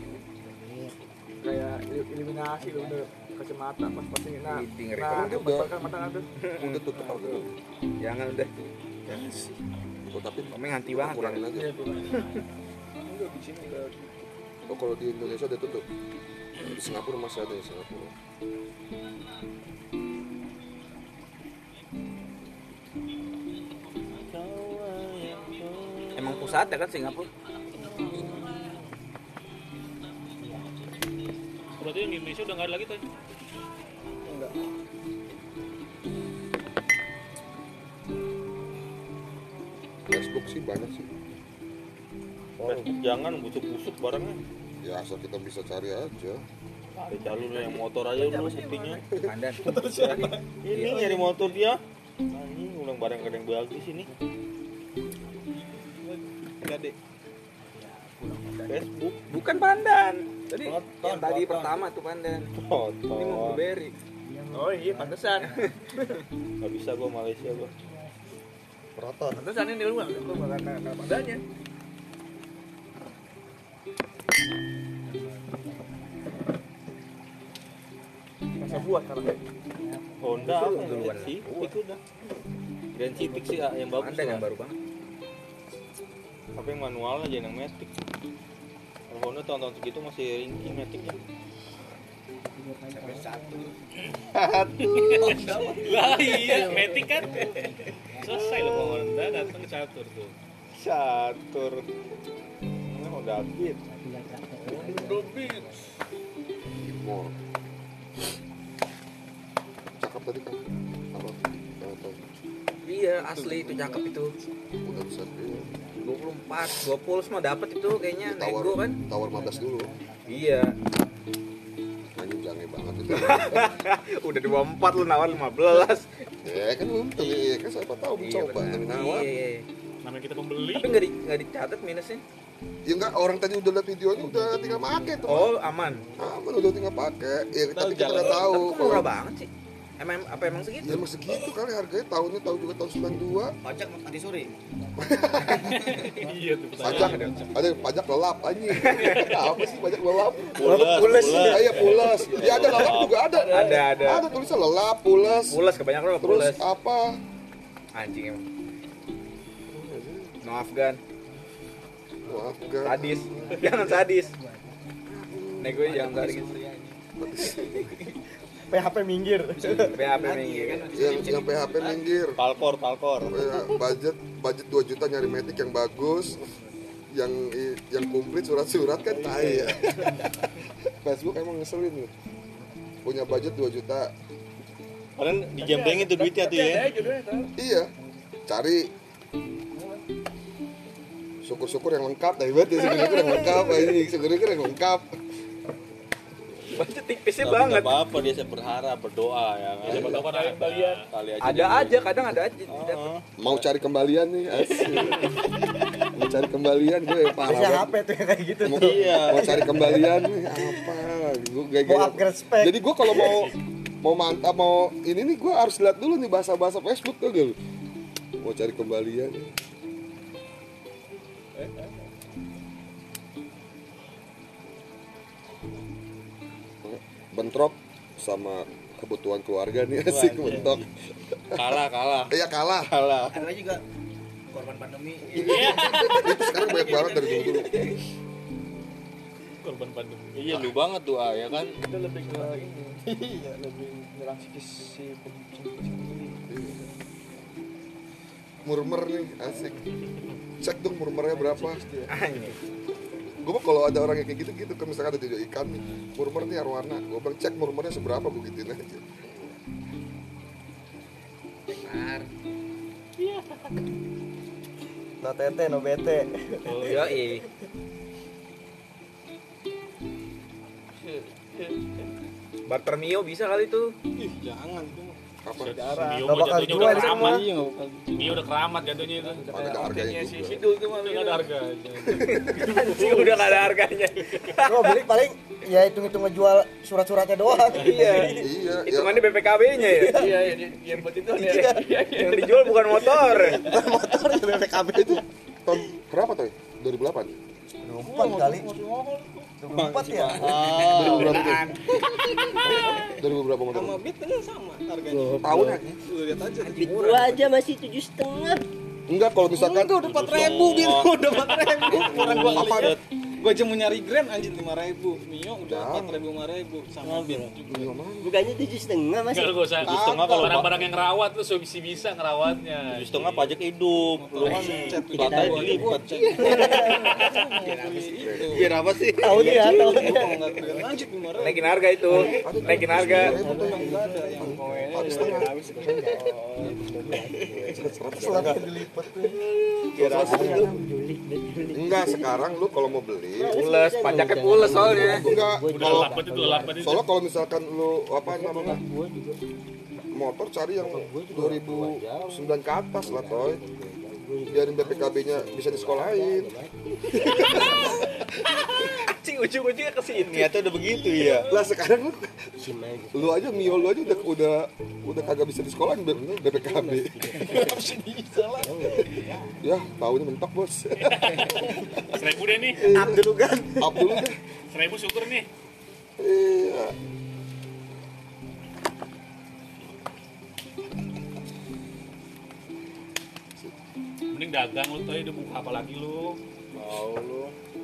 [SPEAKER 8] Kayak eliminasi lu udah kacamata pas pasingin nah
[SPEAKER 5] Iti, ngeri
[SPEAKER 8] nah
[SPEAKER 6] banget.
[SPEAKER 8] itu pas mata ada
[SPEAKER 6] udah tutup aja.
[SPEAKER 5] jangan udah.
[SPEAKER 6] Oh, tapi
[SPEAKER 5] Komeng anti banget.
[SPEAKER 6] kurangin
[SPEAKER 5] Ya.
[SPEAKER 6] aja.
[SPEAKER 8] enggak di sini udah
[SPEAKER 6] Oh, kalau di Indonesia udah tutup. Di Singapura masih ada di Singapura.
[SPEAKER 5] Emang pusat ya kan Singapura?
[SPEAKER 3] Berarti yang di Indonesia udah nggak ada lagi tuh.
[SPEAKER 6] Facebook sih banyak sih.
[SPEAKER 4] Facebook jangan busuk-busuk barangnya.
[SPEAKER 6] Ya asal kita bisa cari aja.
[SPEAKER 4] Ada jalur yang motor aja dulu buktinya.
[SPEAKER 5] Pandan.
[SPEAKER 4] Ini nyari motor dia. Anjing ulang barang kadang bagus ini.
[SPEAKER 5] Gede.
[SPEAKER 4] Facebook
[SPEAKER 5] Bukan pandan. Tadi
[SPEAKER 7] Poton,
[SPEAKER 5] yang tadi
[SPEAKER 7] poton.
[SPEAKER 5] pertama tuh pandan. Ini mau
[SPEAKER 4] foto.
[SPEAKER 5] blueberry.
[SPEAKER 7] Oh iya, pantesan.
[SPEAKER 4] Gak bisa gua Malaysia gua.
[SPEAKER 7] Proton.
[SPEAKER 8] pantesan ini lu enggak enggak karena padanya masa buat sekarang
[SPEAKER 4] Honda apa
[SPEAKER 5] Duluan.
[SPEAKER 4] duluan sih? Itu udah. Grand Civic sih ah, yang bagus
[SPEAKER 5] Pandan yang
[SPEAKER 4] lah.
[SPEAKER 5] baru banget.
[SPEAKER 4] Apa yang manual aja yang Matic. Kalau Honda tahun-tahun segitu masih ringkih Maticnya.
[SPEAKER 3] Lah iya, Matic kan. Selesai loh Bang Honda datang ke catur tuh.
[SPEAKER 4] Catur. Ini Honda Beat.
[SPEAKER 6] Mall. Cakep tadi kan? Apa? Yang apa?
[SPEAKER 5] Iya, asli itu cakep itu.
[SPEAKER 6] Udah bisa iya.
[SPEAKER 5] dua puluh empat, dua puluh semua dapat itu kayaknya
[SPEAKER 6] Tawar,
[SPEAKER 5] nego kan?
[SPEAKER 6] tawar lima belas dulu.
[SPEAKER 5] Iya.
[SPEAKER 6] Anjing jangan banget itu.
[SPEAKER 5] Udah dua puluh empat lu nawar lima belas.
[SPEAKER 6] Ya kan untung ya kan siapa tahu mencoba
[SPEAKER 5] benar.
[SPEAKER 6] tapi nawar.
[SPEAKER 5] Iya.
[SPEAKER 3] Namanya kita pembeli.
[SPEAKER 5] Tapi nggak di, nggak dicatat minusnya.
[SPEAKER 6] Ya enggak orang tadi udah lihat videonya udah tinggal pakai tuh.
[SPEAKER 5] Oh, aman.
[SPEAKER 6] Aman udah tinggal pakai. Ya tapi kita
[SPEAKER 4] jalan.
[SPEAKER 6] nggak tahu.
[SPEAKER 5] Tapi kok murah banget sih? Emang apa emang segitu?
[SPEAKER 6] Ya emang segitu kali harganya tahunnya tahu juga tahun sembilan puluh dua.
[SPEAKER 7] Pajak anti suri.
[SPEAKER 3] Iya tuh
[SPEAKER 6] Pajak ada pajak lelap anjing. Apa sih pajak lelap?
[SPEAKER 4] Pulas,
[SPEAKER 6] Pules.
[SPEAKER 4] pulas.
[SPEAKER 6] Iya pulas. Ya ada lelap juga ada.
[SPEAKER 5] Ada, ada.
[SPEAKER 6] Ada tulisan lelap, pules.
[SPEAKER 5] Pulas kebanyakan apa
[SPEAKER 6] Terus
[SPEAKER 5] pulas?
[SPEAKER 6] apa?
[SPEAKER 5] Anjing emang. No Afgan,
[SPEAKER 6] Maaf enggak.
[SPEAKER 5] sadis. Jangan sadis. Nego jangan sadis.
[SPEAKER 7] P H P minggir.
[SPEAKER 5] B H P minggir.
[SPEAKER 6] Yang yang P H P minggir.
[SPEAKER 4] Palkor, palkor.
[SPEAKER 6] Ya, budget budget dua juta nyari Matic yang bagus. Yang yang komplit surat-surat kan tai ya. Facebook emang ngeselin loh. Punya budget dua juta.
[SPEAKER 4] Padahal dijembrengin tuh duitnya tuh ya.
[SPEAKER 6] Iya. Cari syukur-syukur yang lengkap, tapi banget ya syukur-syukur yang lengkap, ini syukur-syukur yang lengkap.
[SPEAKER 5] Baca tipisnya
[SPEAKER 4] Tapi
[SPEAKER 5] banget.
[SPEAKER 4] nggak apa-apa dia saya berharap berdoa ya kan.
[SPEAKER 3] Siapa tahu kan ada
[SPEAKER 5] Kembalian.
[SPEAKER 4] Kali aja.
[SPEAKER 5] Ada
[SPEAKER 4] dia-
[SPEAKER 5] aja, kadang ada aja. Tidak.
[SPEAKER 4] Oh,
[SPEAKER 6] Mau cari kembalian nih, asik. Mau cari kembalian gue parah.
[SPEAKER 7] Biasa
[SPEAKER 6] banget.
[SPEAKER 7] H P tuh yang kayak gitu
[SPEAKER 6] Mau,
[SPEAKER 7] tuh.
[SPEAKER 4] Iya.
[SPEAKER 6] mau cari kembalian nih apa? Gue
[SPEAKER 7] Mau
[SPEAKER 6] gaya-gaya.
[SPEAKER 7] upgrade spek.
[SPEAKER 6] Jadi gue kalau mau mau mantap mau ini nih gue harus lihat dulu nih bahasa-bahasa Facebook tuh dulu. Mau cari kembalian. Bentrok sama kebutuhan keluarga nih asik bentrok.
[SPEAKER 4] kalah kalah.
[SPEAKER 6] Iya kalah.
[SPEAKER 4] Kalah.
[SPEAKER 8] Ada juga korban pandemi.
[SPEAKER 6] Itu sekarang banyak banget dari dulu dulu.
[SPEAKER 3] korban pandemi.
[SPEAKER 4] Iya lu banget tuh ah ya kan.
[SPEAKER 5] Itu lebih ke ini. Iya, lebih menyerang psikis si pemimpin.
[SPEAKER 6] Murmer nih asik. Cek dong murmernya berapa. Gue mah kalau ada orang yang kayak gitu gitu, kan misalkan ada video ikan nih, murmer nih arwana, gue bilang cek murmernya seberapa, gue gituin aja.
[SPEAKER 7] No tete, no bete.
[SPEAKER 5] Oh iya, iya. Barter Mio bisa kali tuh.
[SPEAKER 8] Ih, jangan itu.
[SPEAKER 6] Apa?
[SPEAKER 3] Mio
[SPEAKER 7] Nggak
[SPEAKER 3] mah
[SPEAKER 7] bakal
[SPEAKER 3] jatuhnya
[SPEAKER 7] jual
[SPEAKER 3] udah
[SPEAKER 7] itu
[SPEAKER 3] keramat.
[SPEAKER 8] Iya, enggak bakal.
[SPEAKER 3] Mio udah keramat jatuhnya itu.
[SPEAKER 6] Ada harganya
[SPEAKER 5] si
[SPEAKER 6] juga.
[SPEAKER 5] Sidul tuh mah.
[SPEAKER 3] Udah nggak ada harganya.
[SPEAKER 5] Anjing udah gak ada harganya.
[SPEAKER 7] Lo beli paling ya hitung-hitung ngejual surat-suratnya doang.
[SPEAKER 5] Iya.
[SPEAKER 6] Iya, ya.
[SPEAKER 5] Hitungannya B P K B-nya ya. Iya, iya, dia- dia buat itu ya. Yang dijual bukan motor.
[SPEAKER 7] Motor ya B P K B itu.
[SPEAKER 6] Tahun berapa tuh? dua ribu delapan?
[SPEAKER 7] dua ribu empat kali. dua ribu empat ya?
[SPEAKER 6] dua ribu berapa tuh? dua ribu berapa motor?
[SPEAKER 8] Sama Beat kan sama harganya.
[SPEAKER 6] Tahunnya?
[SPEAKER 8] Lu lihat aja.
[SPEAKER 2] Beat gua aja masih tujuh setengah.
[SPEAKER 6] Enggak, kalau misalkan
[SPEAKER 8] Enggak udah empat ribu Beat, udah empat ribu. Orang gua
[SPEAKER 6] Apa?
[SPEAKER 8] kali. Gua aja mau nyari Grand anjir lima ribu. Mio udah
[SPEAKER 6] Ya.
[SPEAKER 8] empat ribu lima ribu sama Beat juga.
[SPEAKER 6] Iya, mana?
[SPEAKER 2] Bukannya tujuh setengah masih.
[SPEAKER 3] Enggak, gak usah.
[SPEAKER 4] Tujuh setengah kalau
[SPEAKER 3] Barang-barang yang ngerawat tuh bisa bisa ngerawatnya.
[SPEAKER 4] Tujuh setengah pajak hidup. Lu kan
[SPEAKER 8] Cet
[SPEAKER 4] platanya dilipat. Biar apa sih?
[SPEAKER 7] Tahun ya, tahun.
[SPEAKER 8] Kalau enggak Grand lanjut lima ribu.
[SPEAKER 5] Naikin harga itu. Naikin harga.
[SPEAKER 8] Enggak ada yang
[SPEAKER 6] Empat setengah.
[SPEAKER 7] Selama dilipat tuh.
[SPEAKER 6] Enggak, sekarang lu kalau mau beli
[SPEAKER 5] Pules, pajaknya pules soalnya.
[SPEAKER 6] enggak,
[SPEAKER 3] Udah
[SPEAKER 6] kalau
[SPEAKER 3] lapet itu, lapet itu.
[SPEAKER 6] soalnya kalau misalkan lu apa namanya motor cari yang dua ribu sembilan ke atas lah toy, biarin B P K B-nya bisa disekolahin.
[SPEAKER 5] Cing ujung-ujungnya ke sini.
[SPEAKER 4] Niatnya udah begitu ya.
[SPEAKER 6] Lah sekarang lu, lu aja Mio lu aja udah udah udah kagak bisa disekolahin B P K B. Ya tahunnya mentok bos.
[SPEAKER 3] Seribu deh nih.
[SPEAKER 7] Abdul kan.
[SPEAKER 6] Abdul deh.
[SPEAKER 3] Seribu syukur nih.
[SPEAKER 6] Iya.
[SPEAKER 3] Mending dagang lu tuh, udah buka apa lagi lu?
[SPEAKER 5] Mau lu.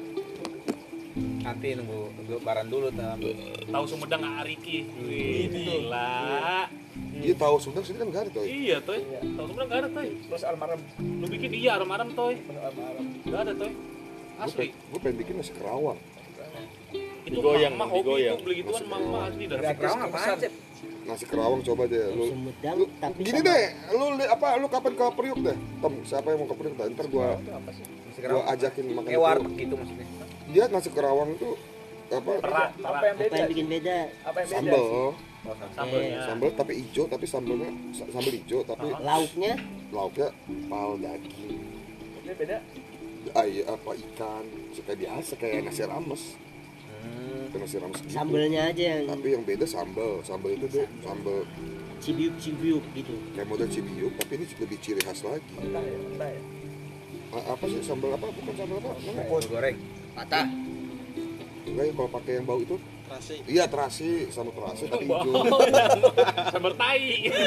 [SPEAKER 5] Nanti nunggu lebaran dulu tam.
[SPEAKER 3] Tahu Sumedang nggak Ariki? Wih, gila.
[SPEAKER 6] Dia tahu Sumedang sini kan enggak ada toy.
[SPEAKER 3] Iya, Toy. Tahu Sumedang nggak ada, Toy.
[SPEAKER 5] Terus almarhum.
[SPEAKER 3] Lu bikin iya aram-aram, Toy. Nggak ada, Toy.
[SPEAKER 6] Gue
[SPEAKER 3] Asli.
[SPEAKER 6] pengen, gue pengen bikin nasi kerawang.
[SPEAKER 3] Itu
[SPEAKER 4] Digoyang,
[SPEAKER 3] mah hobi
[SPEAKER 4] digoyang.
[SPEAKER 3] itu beli gituan mama asli dah.
[SPEAKER 5] Dari Kerawang apaan, Cep?
[SPEAKER 6] Nasi kerawang coba deh lu.
[SPEAKER 2] Sumedang
[SPEAKER 6] Lu,
[SPEAKER 2] tapi
[SPEAKER 6] gini
[SPEAKER 2] sama-
[SPEAKER 6] deh, lu li- apa lu kapan ke Priuk deh? Tom, siapa yang mau ke Priuk? Ntar gua gua ajakin makan.
[SPEAKER 5] Kayak
[SPEAKER 6] itu.
[SPEAKER 5] warteg gitu maksudnya.
[SPEAKER 6] Dia nasi kerawang itu apa?
[SPEAKER 3] Perak,
[SPEAKER 5] Apa yang
[SPEAKER 2] Apa yang bikin beda?
[SPEAKER 5] Apa yang
[SPEAKER 6] Sambel,
[SPEAKER 3] sambelnya.
[SPEAKER 6] sambel tapi hijau, tapi sambelnya sa- sambel hijau, tapi
[SPEAKER 2] Lauknya
[SPEAKER 6] lauknya pal daging.
[SPEAKER 5] Beda beda.
[SPEAKER 6] Ah, iya, apa ikan, kayak biasa kayak nasi rames. Kayak nasi rames gitu.
[SPEAKER 2] sambelnya aja yang
[SPEAKER 6] Tapi yang beda sambel, sambel itu tuh sambel
[SPEAKER 2] cibiuk-cibiuk gitu.
[SPEAKER 6] kayak model cibiuk, tapi ini lebih ciri khas lagi. A- apa sih sambal apa? Bukan sambal apa? Namanya?
[SPEAKER 5] Goreng. Patah.
[SPEAKER 6] Enggak ya kalau pakai yang bau itu?
[SPEAKER 8] Terasi.
[SPEAKER 6] Iya terasi, sama terasi tapi hijau.
[SPEAKER 3] Sambal tai.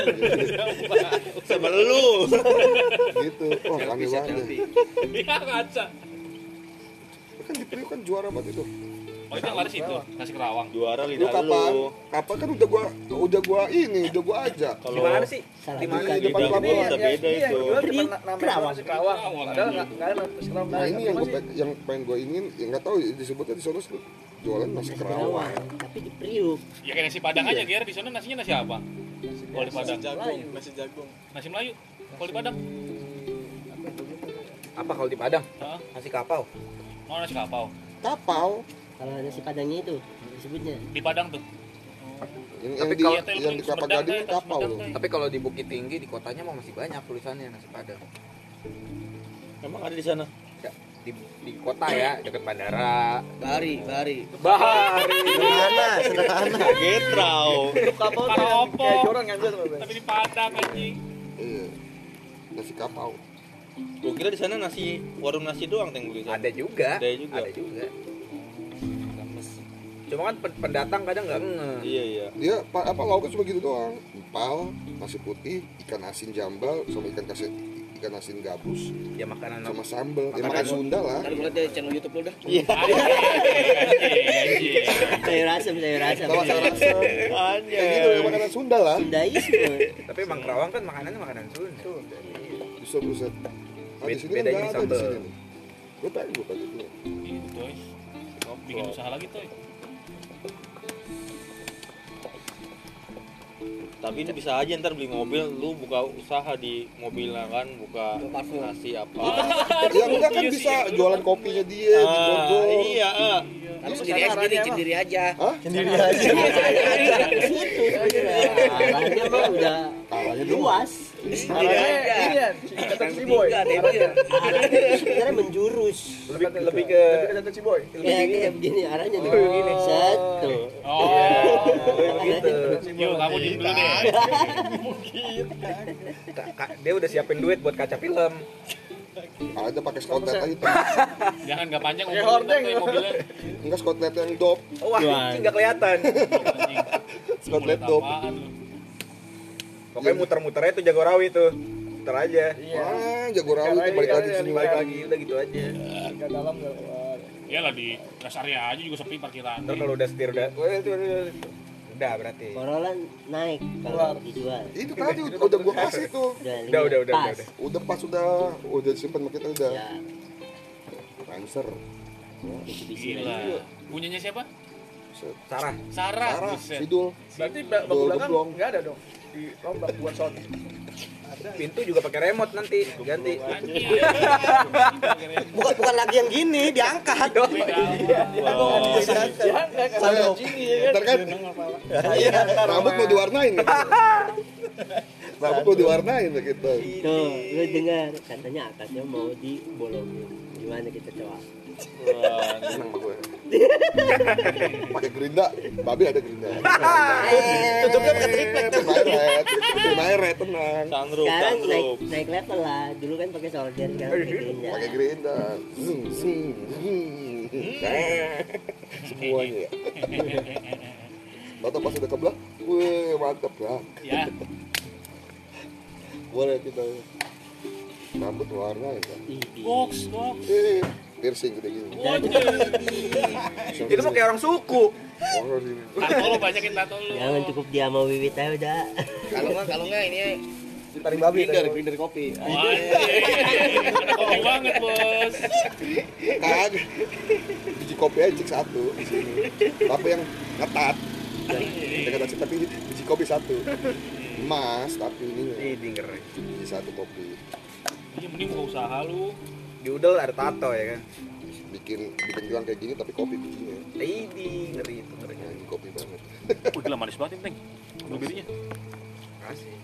[SPEAKER 4] Sama lu.
[SPEAKER 6] Gitu. Wah aneh banget. ya.
[SPEAKER 3] Iya, kaca.
[SPEAKER 6] Kan di Priok kan juara banget itu.
[SPEAKER 3] Oh, itu yang laris itu, nasi kerawang.
[SPEAKER 4] Juara
[SPEAKER 6] Lu
[SPEAKER 4] lidah
[SPEAKER 6] kapan?
[SPEAKER 4] lu.
[SPEAKER 6] Kapan kan udah gua udah gua ini, udah gua ajak.
[SPEAKER 5] Di
[SPEAKER 4] Kalau
[SPEAKER 5] mana sih?
[SPEAKER 2] Salah
[SPEAKER 5] Di mana?
[SPEAKER 2] bukan.
[SPEAKER 6] Di depan
[SPEAKER 4] Beda,
[SPEAKER 6] pelabuhan.
[SPEAKER 4] beda, beda
[SPEAKER 5] Iya,
[SPEAKER 4] itu.
[SPEAKER 5] jual
[SPEAKER 2] Priuk,
[SPEAKER 5] depan nama
[SPEAKER 2] Kerawang.
[SPEAKER 5] nasi Kerawang.
[SPEAKER 3] Kerawang,
[SPEAKER 5] Padahal
[SPEAKER 3] anjing.
[SPEAKER 5] nggak nggak ada nasi Kerawang.
[SPEAKER 6] Nah ini yang gua pe- yang pengen gua ingin, ya nggak tahu disebutnya di sana sih, jualan nasi kerawang.
[SPEAKER 2] Kerawang, tapi di Priuk.
[SPEAKER 3] Ya kayak nasi Padang aja, Ger. Di sana nasinya nasi apa? Kalau di Padang.
[SPEAKER 8] Nasi jagung, nasi jagung.
[SPEAKER 3] Nasi Melayu. Kalau di Padang.
[SPEAKER 5] Apa kalau di Padang?
[SPEAKER 3] Heeh.
[SPEAKER 5] Nasi kapau.
[SPEAKER 3] Mau nasi kapau.
[SPEAKER 6] Kapau,
[SPEAKER 2] Kalau nasi padangnya itu disebutnya.
[SPEAKER 3] Di Padang tuh.
[SPEAKER 6] Yang, yang
[SPEAKER 5] Tapi
[SPEAKER 6] di
[SPEAKER 5] kalau-
[SPEAKER 6] yang di Kelapa Gading kan kapau loh.
[SPEAKER 5] Tapi kalau di Bukit Tinggi di kotanya mah masih banyak tulisannya nasi Padang.
[SPEAKER 4] Emang ada di sana?
[SPEAKER 5] Ya, di, di kota ya, dekat bandara.
[SPEAKER 7] Bari, Bari.
[SPEAKER 5] Bahari.
[SPEAKER 7] Sederhana, sederhana.
[SPEAKER 4] Getrau.
[SPEAKER 7] Kapal tuh
[SPEAKER 3] Para
[SPEAKER 7] yang
[SPEAKER 3] opo.
[SPEAKER 7] kayak orang ngambil tuh, Bang.
[SPEAKER 3] Tapi di Padang anjing.
[SPEAKER 6] Iya. Nasi kapau.
[SPEAKER 4] Gua kira di sana nasi warung nasi doang yang beli.
[SPEAKER 5] Ada juga.
[SPEAKER 4] Ada juga.
[SPEAKER 5] Ada juga. Cuma kan pen- pendatang kadang nggak nge.
[SPEAKER 4] Iya iya.
[SPEAKER 6] Dia pa- apa lauknya cuma gitu doang. Empal, nasi putih, ikan asin jambal sama ikan kasih ikan asin gabus
[SPEAKER 5] Ya makanan
[SPEAKER 6] sama sambel. Ya
[SPEAKER 5] Makanan-
[SPEAKER 6] makan Sunda lah.
[SPEAKER 7] Ntar gue liat deh channel YouTube lu dah.
[SPEAKER 3] Anjing, anjing.
[SPEAKER 2] Sayur asem, sayur asem.
[SPEAKER 6] Kalau saya rasa kayak gitu ya makanan Sunda lah.
[SPEAKER 2] Sundaisme.
[SPEAKER 5] Tapi Bang Kerawang kan makanannya makanan Sunda.
[SPEAKER 6] Bisa buset. Nah, di
[SPEAKER 5] Bed-
[SPEAKER 6] sini kan
[SPEAKER 5] bedanya
[SPEAKER 6] nggak
[SPEAKER 5] di
[SPEAKER 6] ada di
[SPEAKER 5] sambel.
[SPEAKER 6] sini. Gue pengen gue pengen gitu.
[SPEAKER 3] Gitu, Toy. Bikin usaha lagi, Toy.
[SPEAKER 4] Tapi ini bisa aja ntar beli mobil, lu buka usaha di mobilnya kan, buka nasi apa.
[SPEAKER 6] Yang enggak kan
[SPEAKER 3] Iya sih,
[SPEAKER 6] bisa
[SPEAKER 3] iya.
[SPEAKER 6] jualan kopinya dia di
[SPEAKER 4] Ah,
[SPEAKER 6] Grogol.
[SPEAKER 4] iya, ah.
[SPEAKER 7] Tapi sendiri aja, sendiri, sendiri aja.
[SPEAKER 6] Hah?
[SPEAKER 7] Sendiri aja.
[SPEAKER 2] Arahnya mah udah
[SPEAKER 6] Kalahnya dulu.
[SPEAKER 2] luas.
[SPEAKER 7] Sendiri aja. Ini ya, kata si Boy. Arahnya.
[SPEAKER 2] Arahnya itu sebenarnya menjurus.
[SPEAKER 7] Lebih lebih ke kata si Boy.
[SPEAKER 2] Kayak kayak begini arahnya nih.
[SPEAKER 7] Oh, begini.
[SPEAKER 2] Satu.
[SPEAKER 3] Oh.
[SPEAKER 5] Gitu.
[SPEAKER 3] Yuk, kamu diem dulu deh.
[SPEAKER 5] Ka- ka- Dia udah siapin duit buat kaca film.
[SPEAKER 6] Ada pakai skotlet aja tuh.
[SPEAKER 3] Jangan nggak panjang
[SPEAKER 7] Kayak
[SPEAKER 3] umur
[SPEAKER 7] hordeng.
[SPEAKER 3] Toy mobilnya.
[SPEAKER 6] Enggak skotlet yang dop.
[SPEAKER 5] Wah, anjing nggak kelihatan.
[SPEAKER 3] Anjing.
[SPEAKER 6] Skotlet
[SPEAKER 3] Mulut
[SPEAKER 6] dop.
[SPEAKER 3] apaan lu?
[SPEAKER 5] Pokoknya muter-muternya tuh Jagorawi tuh. Muter aja.
[SPEAKER 6] Ah, Jagorawi itu balik lagi ke sini
[SPEAKER 5] Balik
[SPEAKER 6] lagi.
[SPEAKER 5] lagi udah gitu aja.
[SPEAKER 7] Ke dalam enggak keluar.
[SPEAKER 3] Ya lah di rest area aja juga sepi parkiran.
[SPEAKER 5] Ntar kalau udah setir udah, wah, itu, itu, itu. Udah berarti.
[SPEAKER 2] Corolla naik kalau dijual.
[SPEAKER 6] Itu tadi udah gua kasih tuh.
[SPEAKER 2] Udah,
[SPEAKER 5] Udah, udah, udah,
[SPEAKER 2] pas.
[SPEAKER 5] udah, udah.
[SPEAKER 6] Udah pas udah udah disimpan sama kita udah.
[SPEAKER 2] Ya,
[SPEAKER 6] Lancer.
[SPEAKER 2] Mitsubishi
[SPEAKER 3] Gila.
[SPEAKER 2] lagi.
[SPEAKER 3] Punyanya siapa?
[SPEAKER 5] Sarah.
[SPEAKER 3] Sarah.
[SPEAKER 6] Parah,
[SPEAKER 3] Buset.
[SPEAKER 6] Sidul.
[SPEAKER 7] Berarti bak bak
[SPEAKER 6] Dol
[SPEAKER 7] belakang
[SPEAKER 6] geblong.
[SPEAKER 7] enggak ada dong. Di rombak buat sound.
[SPEAKER 5] Pintu juga pakai remote nanti ganti.
[SPEAKER 3] Anjing.
[SPEAKER 7] Bukan bukan lagi yang gini, diangkat.
[SPEAKER 5] Oh,
[SPEAKER 6] Saya ntar kan rambut mau diwarnain gitu. Rambut mau diwarnain gitu.
[SPEAKER 2] Tuh, lu dengar katanya atasnya mau dibolongin. Gimana kita coba?
[SPEAKER 4] Wah,
[SPEAKER 6] Senang sama gue. Pakai gerinda, babi ada gerinda.
[SPEAKER 7] Tutupnya pakai triplek tuh.
[SPEAKER 6] Mairet, mairet tenang.
[SPEAKER 4] sunroof,
[SPEAKER 2] Sekarang naik
[SPEAKER 4] sunroof.
[SPEAKER 2] naik level lah. Dulu kan pakai soldier, sekarang pakai gerinda.
[SPEAKER 6] Pakai gerinda. Hmm, hmm, hmm. Eh, semuanya ya. Bapak pas udah kebelah, wih mantep lah.
[SPEAKER 3] Ya.
[SPEAKER 6] Boleh kita rambut warna ya.
[SPEAKER 3] Box, box.
[SPEAKER 6] Eh, piercing gede gini.
[SPEAKER 3] Wajib.
[SPEAKER 5] Itu mah kayak orang suku.
[SPEAKER 6] Oh, sini.
[SPEAKER 3] Tato lu banyakin tato lu.
[SPEAKER 2] Jangan cukup dia sama Wiwit aja udah.
[SPEAKER 7] Kalau enggak kalau enggak ini
[SPEAKER 5] Taring babi.
[SPEAKER 7] grinder, grinder kopi.
[SPEAKER 3] Wajib. Ada kopi banget, Bos.
[SPEAKER 6] Kagak. Biji kopi aja cek satu di sini. Tapi yang ngetat. Dekat aja tapi biji kopi satu. Emas tapi ini
[SPEAKER 5] Ih, dinger.
[SPEAKER 6] biji satu kopi.
[SPEAKER 3] Iya, mending buka usaha lu.
[SPEAKER 5] Di udel ada tato ya kan.
[SPEAKER 6] Bikin bikin gelang kayak gini tapi kopi bijinya.
[SPEAKER 5] Ih, di ngeri itu ngeri.
[SPEAKER 6] Nah, ini kopi banget.
[SPEAKER 3] Wih, gila manis banget ini, Teng. Blueberry-nya.
[SPEAKER 5] Kasih.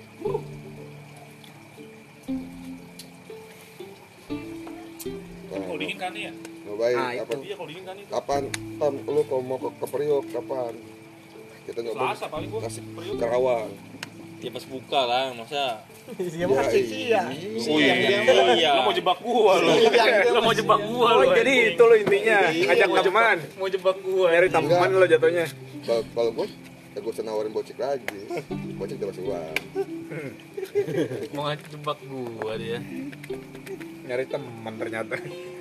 [SPEAKER 6] Nah,
[SPEAKER 3] Kalau dingin kan ya?
[SPEAKER 6] nyobain
[SPEAKER 5] Ah,
[SPEAKER 6] apa?
[SPEAKER 3] Iya, kalau dingin kan itu.
[SPEAKER 6] Kapan? Tam, lu kalau mau ke, ke Priok kapan? Kita nyobain
[SPEAKER 3] Selasa paling gua.
[SPEAKER 6] nasi
[SPEAKER 3] Priok.
[SPEAKER 6] Kerawang.
[SPEAKER 4] Ya pas buka lah, masa.
[SPEAKER 7] Iya
[SPEAKER 6] Ya,
[SPEAKER 7] iya.
[SPEAKER 4] Oh iya.
[SPEAKER 3] Lu mau jebak gua lu. Lu mau jebak gua
[SPEAKER 5] Oh,
[SPEAKER 3] lu.
[SPEAKER 5] jadi itu lo intinya. Ngajak teman.
[SPEAKER 3] Mau jebak gua.
[SPEAKER 5] Nyari teman lo jatuhnya.
[SPEAKER 6] Kalau kalau gue, ya gue usah nawarin bocik lagi. Bocik udah kasih uang.
[SPEAKER 3] Mau ngejebak gua dia.
[SPEAKER 5] Nyari teman ternyata.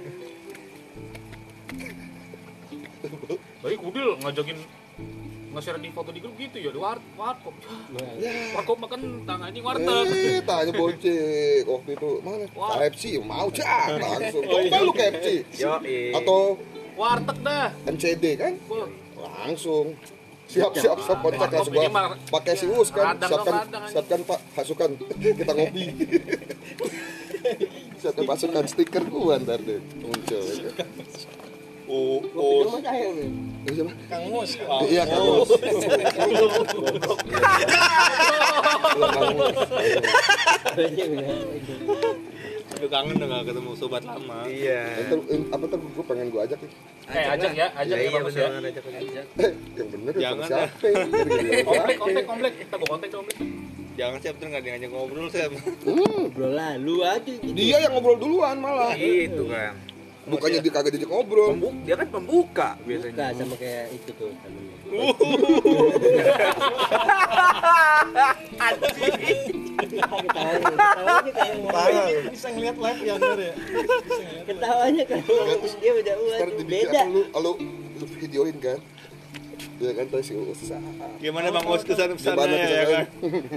[SPEAKER 3] Baik, Udil ngajakin nge-share di foto di grup gitu ya, di war warkop. Warkop makan tangannya warteg.
[SPEAKER 6] Eh, tanya bocik waktu itu mana?
[SPEAKER 3] Wah.
[SPEAKER 6] K F C mau cak langsung. Coba lu K F C
[SPEAKER 5] Yo,
[SPEAKER 6] atau
[SPEAKER 3] Warteg dah.
[SPEAKER 6] M C D kan?
[SPEAKER 3] Wah,
[SPEAKER 6] Langsung. Siap siap siap kocak
[SPEAKER 3] Warkop
[SPEAKER 6] langsung gua
[SPEAKER 3] ini mah
[SPEAKER 6] pakai si Us kan.
[SPEAKER 3] radang
[SPEAKER 6] Siapkan
[SPEAKER 3] dong, radang aja.
[SPEAKER 6] siapkan Pak pasukan kita ngopi. Siapkan pasukan stiker gua ntar deh muncul.
[SPEAKER 4] Oh,
[SPEAKER 2] Gua
[SPEAKER 4] oh.
[SPEAKER 2] sama saya nih.
[SPEAKER 6] Ini siapa?
[SPEAKER 7] Kang Mus.
[SPEAKER 6] Iya Kang Mus. Iya, Kang Mus.
[SPEAKER 4] Aduh kangen udah gak ketemu sobat lama.
[SPEAKER 5] Iya.
[SPEAKER 6] Entar apa tuh gue pengen gue ajak nih.
[SPEAKER 3] Eh ajak ya, ajak ya
[SPEAKER 5] Iya
[SPEAKER 3] bagus ya.
[SPEAKER 5] bener ajak ajak.
[SPEAKER 6] Eh, yang bener ya
[SPEAKER 4] Jangan
[SPEAKER 6] sama siapa? ya? Jadi
[SPEAKER 3] Komplek,
[SPEAKER 6] siapa?
[SPEAKER 3] komplek, komplek. Kita gua kontak komplek.
[SPEAKER 4] Jangan siap tuh nggak ngajak ngobrol Sam.
[SPEAKER 2] Ngobrol lah, lu aja gitu.
[SPEAKER 6] Dia yang ngobrol duluan malah.
[SPEAKER 5] Itu kan.
[SPEAKER 6] Bukannya dia kagak diajak ngobrol.
[SPEAKER 5] Pembuk, dia kan pembuka
[SPEAKER 2] Buka
[SPEAKER 5] biasanya.
[SPEAKER 2] sama kayak itu tuh temennya. Ketawanya
[SPEAKER 7] Parah. Bisa ngeliat live ya bener ya.
[SPEAKER 2] Ketawanya kan dia udah uang
[SPEAKER 6] Sekarang dibikin
[SPEAKER 2] beda.
[SPEAKER 6] apa lu lu lu videoin kan? Ya kan terus si Uus sah.
[SPEAKER 4] Gimana Bang Os kesan
[SPEAKER 6] Gimana
[SPEAKER 4] pesannya ya
[SPEAKER 6] kesannya?
[SPEAKER 4] kan?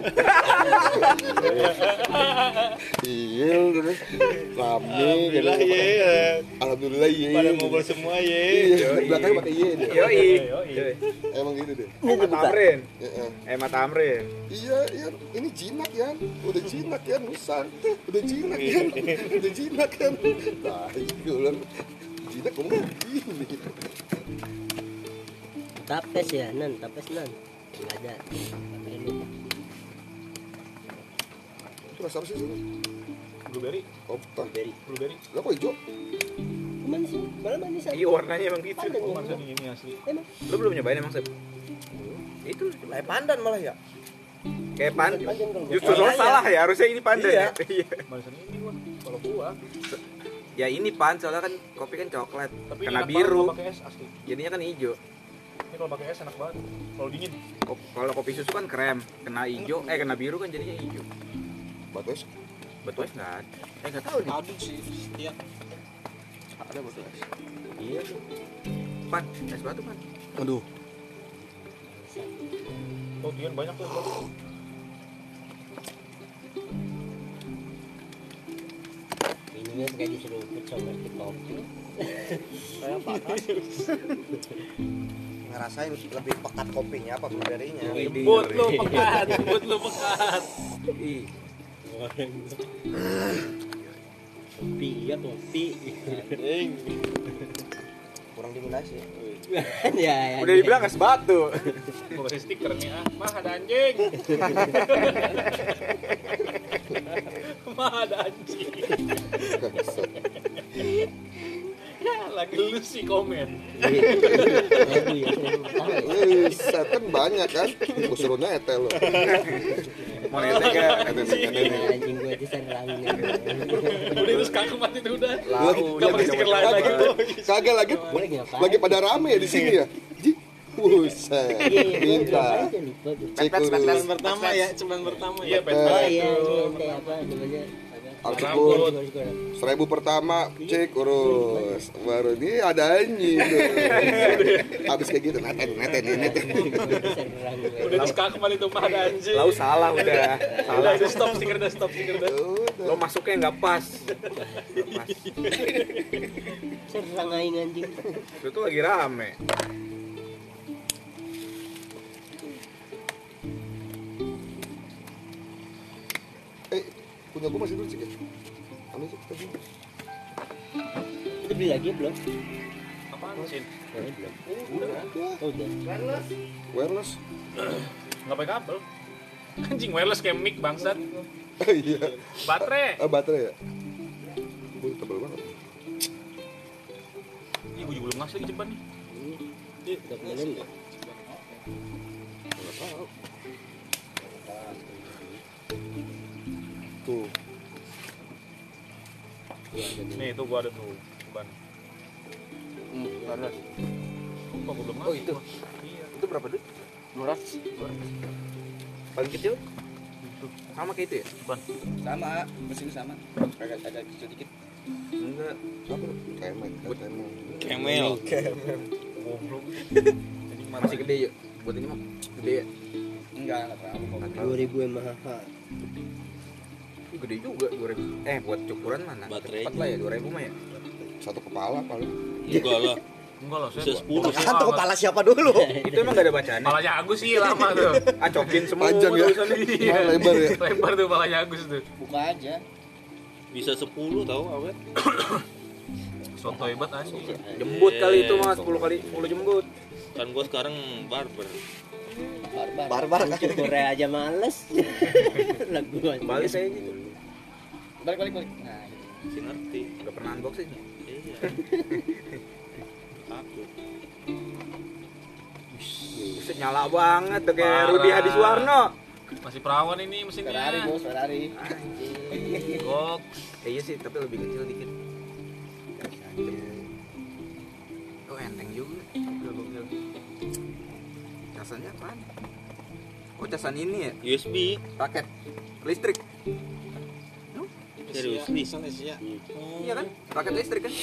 [SPEAKER 6] Iya terus rame gitu.
[SPEAKER 4] Alhamdulillah ye.
[SPEAKER 6] Alhamdulillah iya.
[SPEAKER 4] Pada ngobrol semua ye.
[SPEAKER 6] Iya, belakangnya pakai iya deh.
[SPEAKER 5] Yoi.
[SPEAKER 6] Emang gitu deh.
[SPEAKER 5] Emma Tamrin.
[SPEAKER 6] Heeh.
[SPEAKER 5] Emma Tamrin.
[SPEAKER 6] Iya, iya, ini jinak ya, udah jinak ya, nusan, udah jinak ya, udah jinak kan, nah itu ulang, jinak ngomong gini,
[SPEAKER 2] Tapes ya, nan, tapes nan. Enggak ada. Tapi lu
[SPEAKER 6] itu rasa apa sih sih?
[SPEAKER 3] Blueberry,
[SPEAKER 6] Oh, tak,
[SPEAKER 2] beri.
[SPEAKER 3] blueberry.
[SPEAKER 6] lah kok hijau?
[SPEAKER 2] Manis sih, malah manis aja.
[SPEAKER 5] Iya warnanya emang gitu.
[SPEAKER 2] Pandan
[SPEAKER 3] Oh,
[SPEAKER 2] ya.
[SPEAKER 3] masa ini asli.
[SPEAKER 2] Emang
[SPEAKER 5] Lu belum nyobain emang Sep? Itu
[SPEAKER 7] Kayak pandan malah ya.
[SPEAKER 5] kayak pan.
[SPEAKER 2] panjang kalau
[SPEAKER 5] Justru lo salah ya, harusnya ini pandan
[SPEAKER 7] Iya.
[SPEAKER 5] ya. Iya.
[SPEAKER 3] Manisan ini gua. Kalau gua,
[SPEAKER 5] Ya ini pan, soalnya kan kopi kan coklat,
[SPEAKER 3] tapi
[SPEAKER 5] kena
[SPEAKER 3] enak banget
[SPEAKER 5] biru,
[SPEAKER 3] kalau pakai es asli.
[SPEAKER 5] jadinya kan hijau.
[SPEAKER 3] Ini kalau pakai es enak banget. Kalau dingin.
[SPEAKER 5] Kop- Kalau kopi susu kan krem, kena hijau, eh kena biru kan jadinya hijau.
[SPEAKER 6] Batas,
[SPEAKER 5] Betul nggak ada? Eh nggak tahu nih.
[SPEAKER 7] Ada sih setiap
[SPEAKER 6] ada batas.
[SPEAKER 2] iya.
[SPEAKER 5] Pan, es batu pan.
[SPEAKER 6] Aduh,
[SPEAKER 3] Oh, dingin banyak tuh.
[SPEAKER 2] Minumnya kayak diseruput sama di kopi.
[SPEAKER 7] kayak panas. Ngerasain lebih pekat kopinya apa blueberry-nya.
[SPEAKER 3] Lembut lu pekat, lembut lu pekat.
[SPEAKER 5] Ih,
[SPEAKER 2] Kopi, ya kopi.
[SPEAKER 7] Kurang diminasi.
[SPEAKER 2] ya, ya.
[SPEAKER 5] udah dibilang es batu.
[SPEAKER 3] Gua kasih stiker nih ah. Mah ada anjing. Mah ada anjing. Ya, lagi lu sih komen.
[SPEAKER 2] Lagu ya, seribu pertama ya.
[SPEAKER 6] set kan banyak kan, gue suruh netel loh.
[SPEAKER 5] Mau netek ya?
[SPEAKER 2] Anjing gue aja serang nih.
[SPEAKER 3] Udah itu kagum mati tuh udah.
[SPEAKER 5] Lau,
[SPEAKER 3] Gak pakai stiker lain lagi tuh.
[SPEAKER 6] Kagak lagi,
[SPEAKER 2] Gue lagi ngapain?
[SPEAKER 6] lagi pada rame ya di sini ya. Ji, buset,
[SPEAKER 2] Iya, iya, gue
[SPEAKER 6] minta.
[SPEAKER 2] aja lupa tuh.
[SPEAKER 6] Cek
[SPEAKER 5] Pet, pet,
[SPEAKER 6] urus.
[SPEAKER 7] Pertama ya, cuman pertama
[SPEAKER 3] Iya, pet.
[SPEAKER 2] Oh iya, ini teh apa namanya?
[SPEAKER 6] Alkipur, seribu pertama cek urus, baru ini ada anjing tuh. Habis kayak gitu, neten, neten, neten.
[SPEAKER 2] Serang gue.
[SPEAKER 3] Udah diskak kembali tuh mah ada anjing.
[SPEAKER 5] Lau salah udah.
[SPEAKER 3] Udah
[SPEAKER 5] Salah.
[SPEAKER 3] itu stop stiker dah, stop stiker dah.
[SPEAKER 6] Udah.
[SPEAKER 5] Lo masuknya nggak pas. Nggak pas.
[SPEAKER 2] Serang aing anjing.
[SPEAKER 5] Itu tuh lagi rame.
[SPEAKER 6] Eh, punya gua masih dulu cek ya. Anu sih tadi.
[SPEAKER 2] Itu beli lagi belum?
[SPEAKER 3] Apaan sih?
[SPEAKER 2] Oh, belum.
[SPEAKER 6] Udah.
[SPEAKER 2] Oh, udah.
[SPEAKER 6] Wireless.
[SPEAKER 3] Nggak pakai kabel. Anjing wireless kayak mic bangsat.
[SPEAKER 6] Iya.
[SPEAKER 3] Baterai.
[SPEAKER 6] Ah, baterai ya. Gue tebel banget.
[SPEAKER 3] Ih, gue juga belum ngasih lagi cepat nih.
[SPEAKER 2] Udah kemarin ya?
[SPEAKER 6] Nggak tahu. Tuh.
[SPEAKER 3] Nih, itu gua ada tuh. Ban.
[SPEAKER 5] Panas.
[SPEAKER 3] Kok gua belum ngasih?
[SPEAKER 5] Oh, itu.
[SPEAKER 3] Iya.
[SPEAKER 5] Itu berapa duit?
[SPEAKER 7] dua ratus.
[SPEAKER 5] Paling kecil? Sama kayak itu ya?
[SPEAKER 3] Ban.
[SPEAKER 7] Sama, mesin sama. Agak agak kecil dikit.
[SPEAKER 5] Enggak.
[SPEAKER 6] Apa? Kemen, kemen.
[SPEAKER 4] Camel.
[SPEAKER 3] Goblok.
[SPEAKER 5] Masih gede ya? Buat ini mah gede ya?
[SPEAKER 7] Enggak, enggak terlalu kok.
[SPEAKER 2] dua ribu mAh.
[SPEAKER 5] Ih, gede juga dua ribu. Eh, buat cukuran mana?
[SPEAKER 4] Baterainya.
[SPEAKER 5] Cepat lah ya, dua ribu mah ya.
[SPEAKER 6] Satu kepala paling.
[SPEAKER 4] Enggak lah.
[SPEAKER 3] Enggak lah, saya
[SPEAKER 4] Bisa sepuluh.
[SPEAKER 3] gua-
[SPEAKER 7] Kan tuh kepala siapa dulu?
[SPEAKER 5] Itu emang gak ada bacaannya.
[SPEAKER 3] Palanya Agus sih lama tuh.
[SPEAKER 5] Acokin semua
[SPEAKER 6] Panjang ya?
[SPEAKER 5] tulisannya.
[SPEAKER 3] Iya.
[SPEAKER 6] Ah, lebar ya?
[SPEAKER 3] Lebar tuh palanya Agus tuh.
[SPEAKER 7] Buka aja.
[SPEAKER 4] Bisa sepuluh tahu awet.
[SPEAKER 3] soto hebat anjing.
[SPEAKER 5] Jembut kali itu mas, sepuluh kali sepuluh jembut.
[SPEAKER 4] Kan gua sekarang barber.
[SPEAKER 2] Barbar.
[SPEAKER 7] Barbar kan.
[SPEAKER 2] Cukur aja males. Lagu
[SPEAKER 5] Balik saya gitu.
[SPEAKER 8] Balik balik balik. Nah, gitu.
[SPEAKER 4] Si ngerti.
[SPEAKER 5] Udah pernah unboxing.
[SPEAKER 4] Iya. Aku.
[SPEAKER 5] Buset nyala banget tuh kayak
[SPEAKER 3] Parah.
[SPEAKER 5] Rudi Hadiswarno.
[SPEAKER 3] Masih perawan ini mesinnya.
[SPEAKER 8] Ferrari bos, Ferrari.
[SPEAKER 3] Gok.
[SPEAKER 5] Eh, iya sih, tapi lebih kecil dikit. Oh enteng juga. Gokil, gokil. Casannya apaan? Oh casan ini ya?
[SPEAKER 4] U S B.
[SPEAKER 5] Paket listrik.
[SPEAKER 4] Serius nih.
[SPEAKER 5] Iya kan? Paket listrik kan?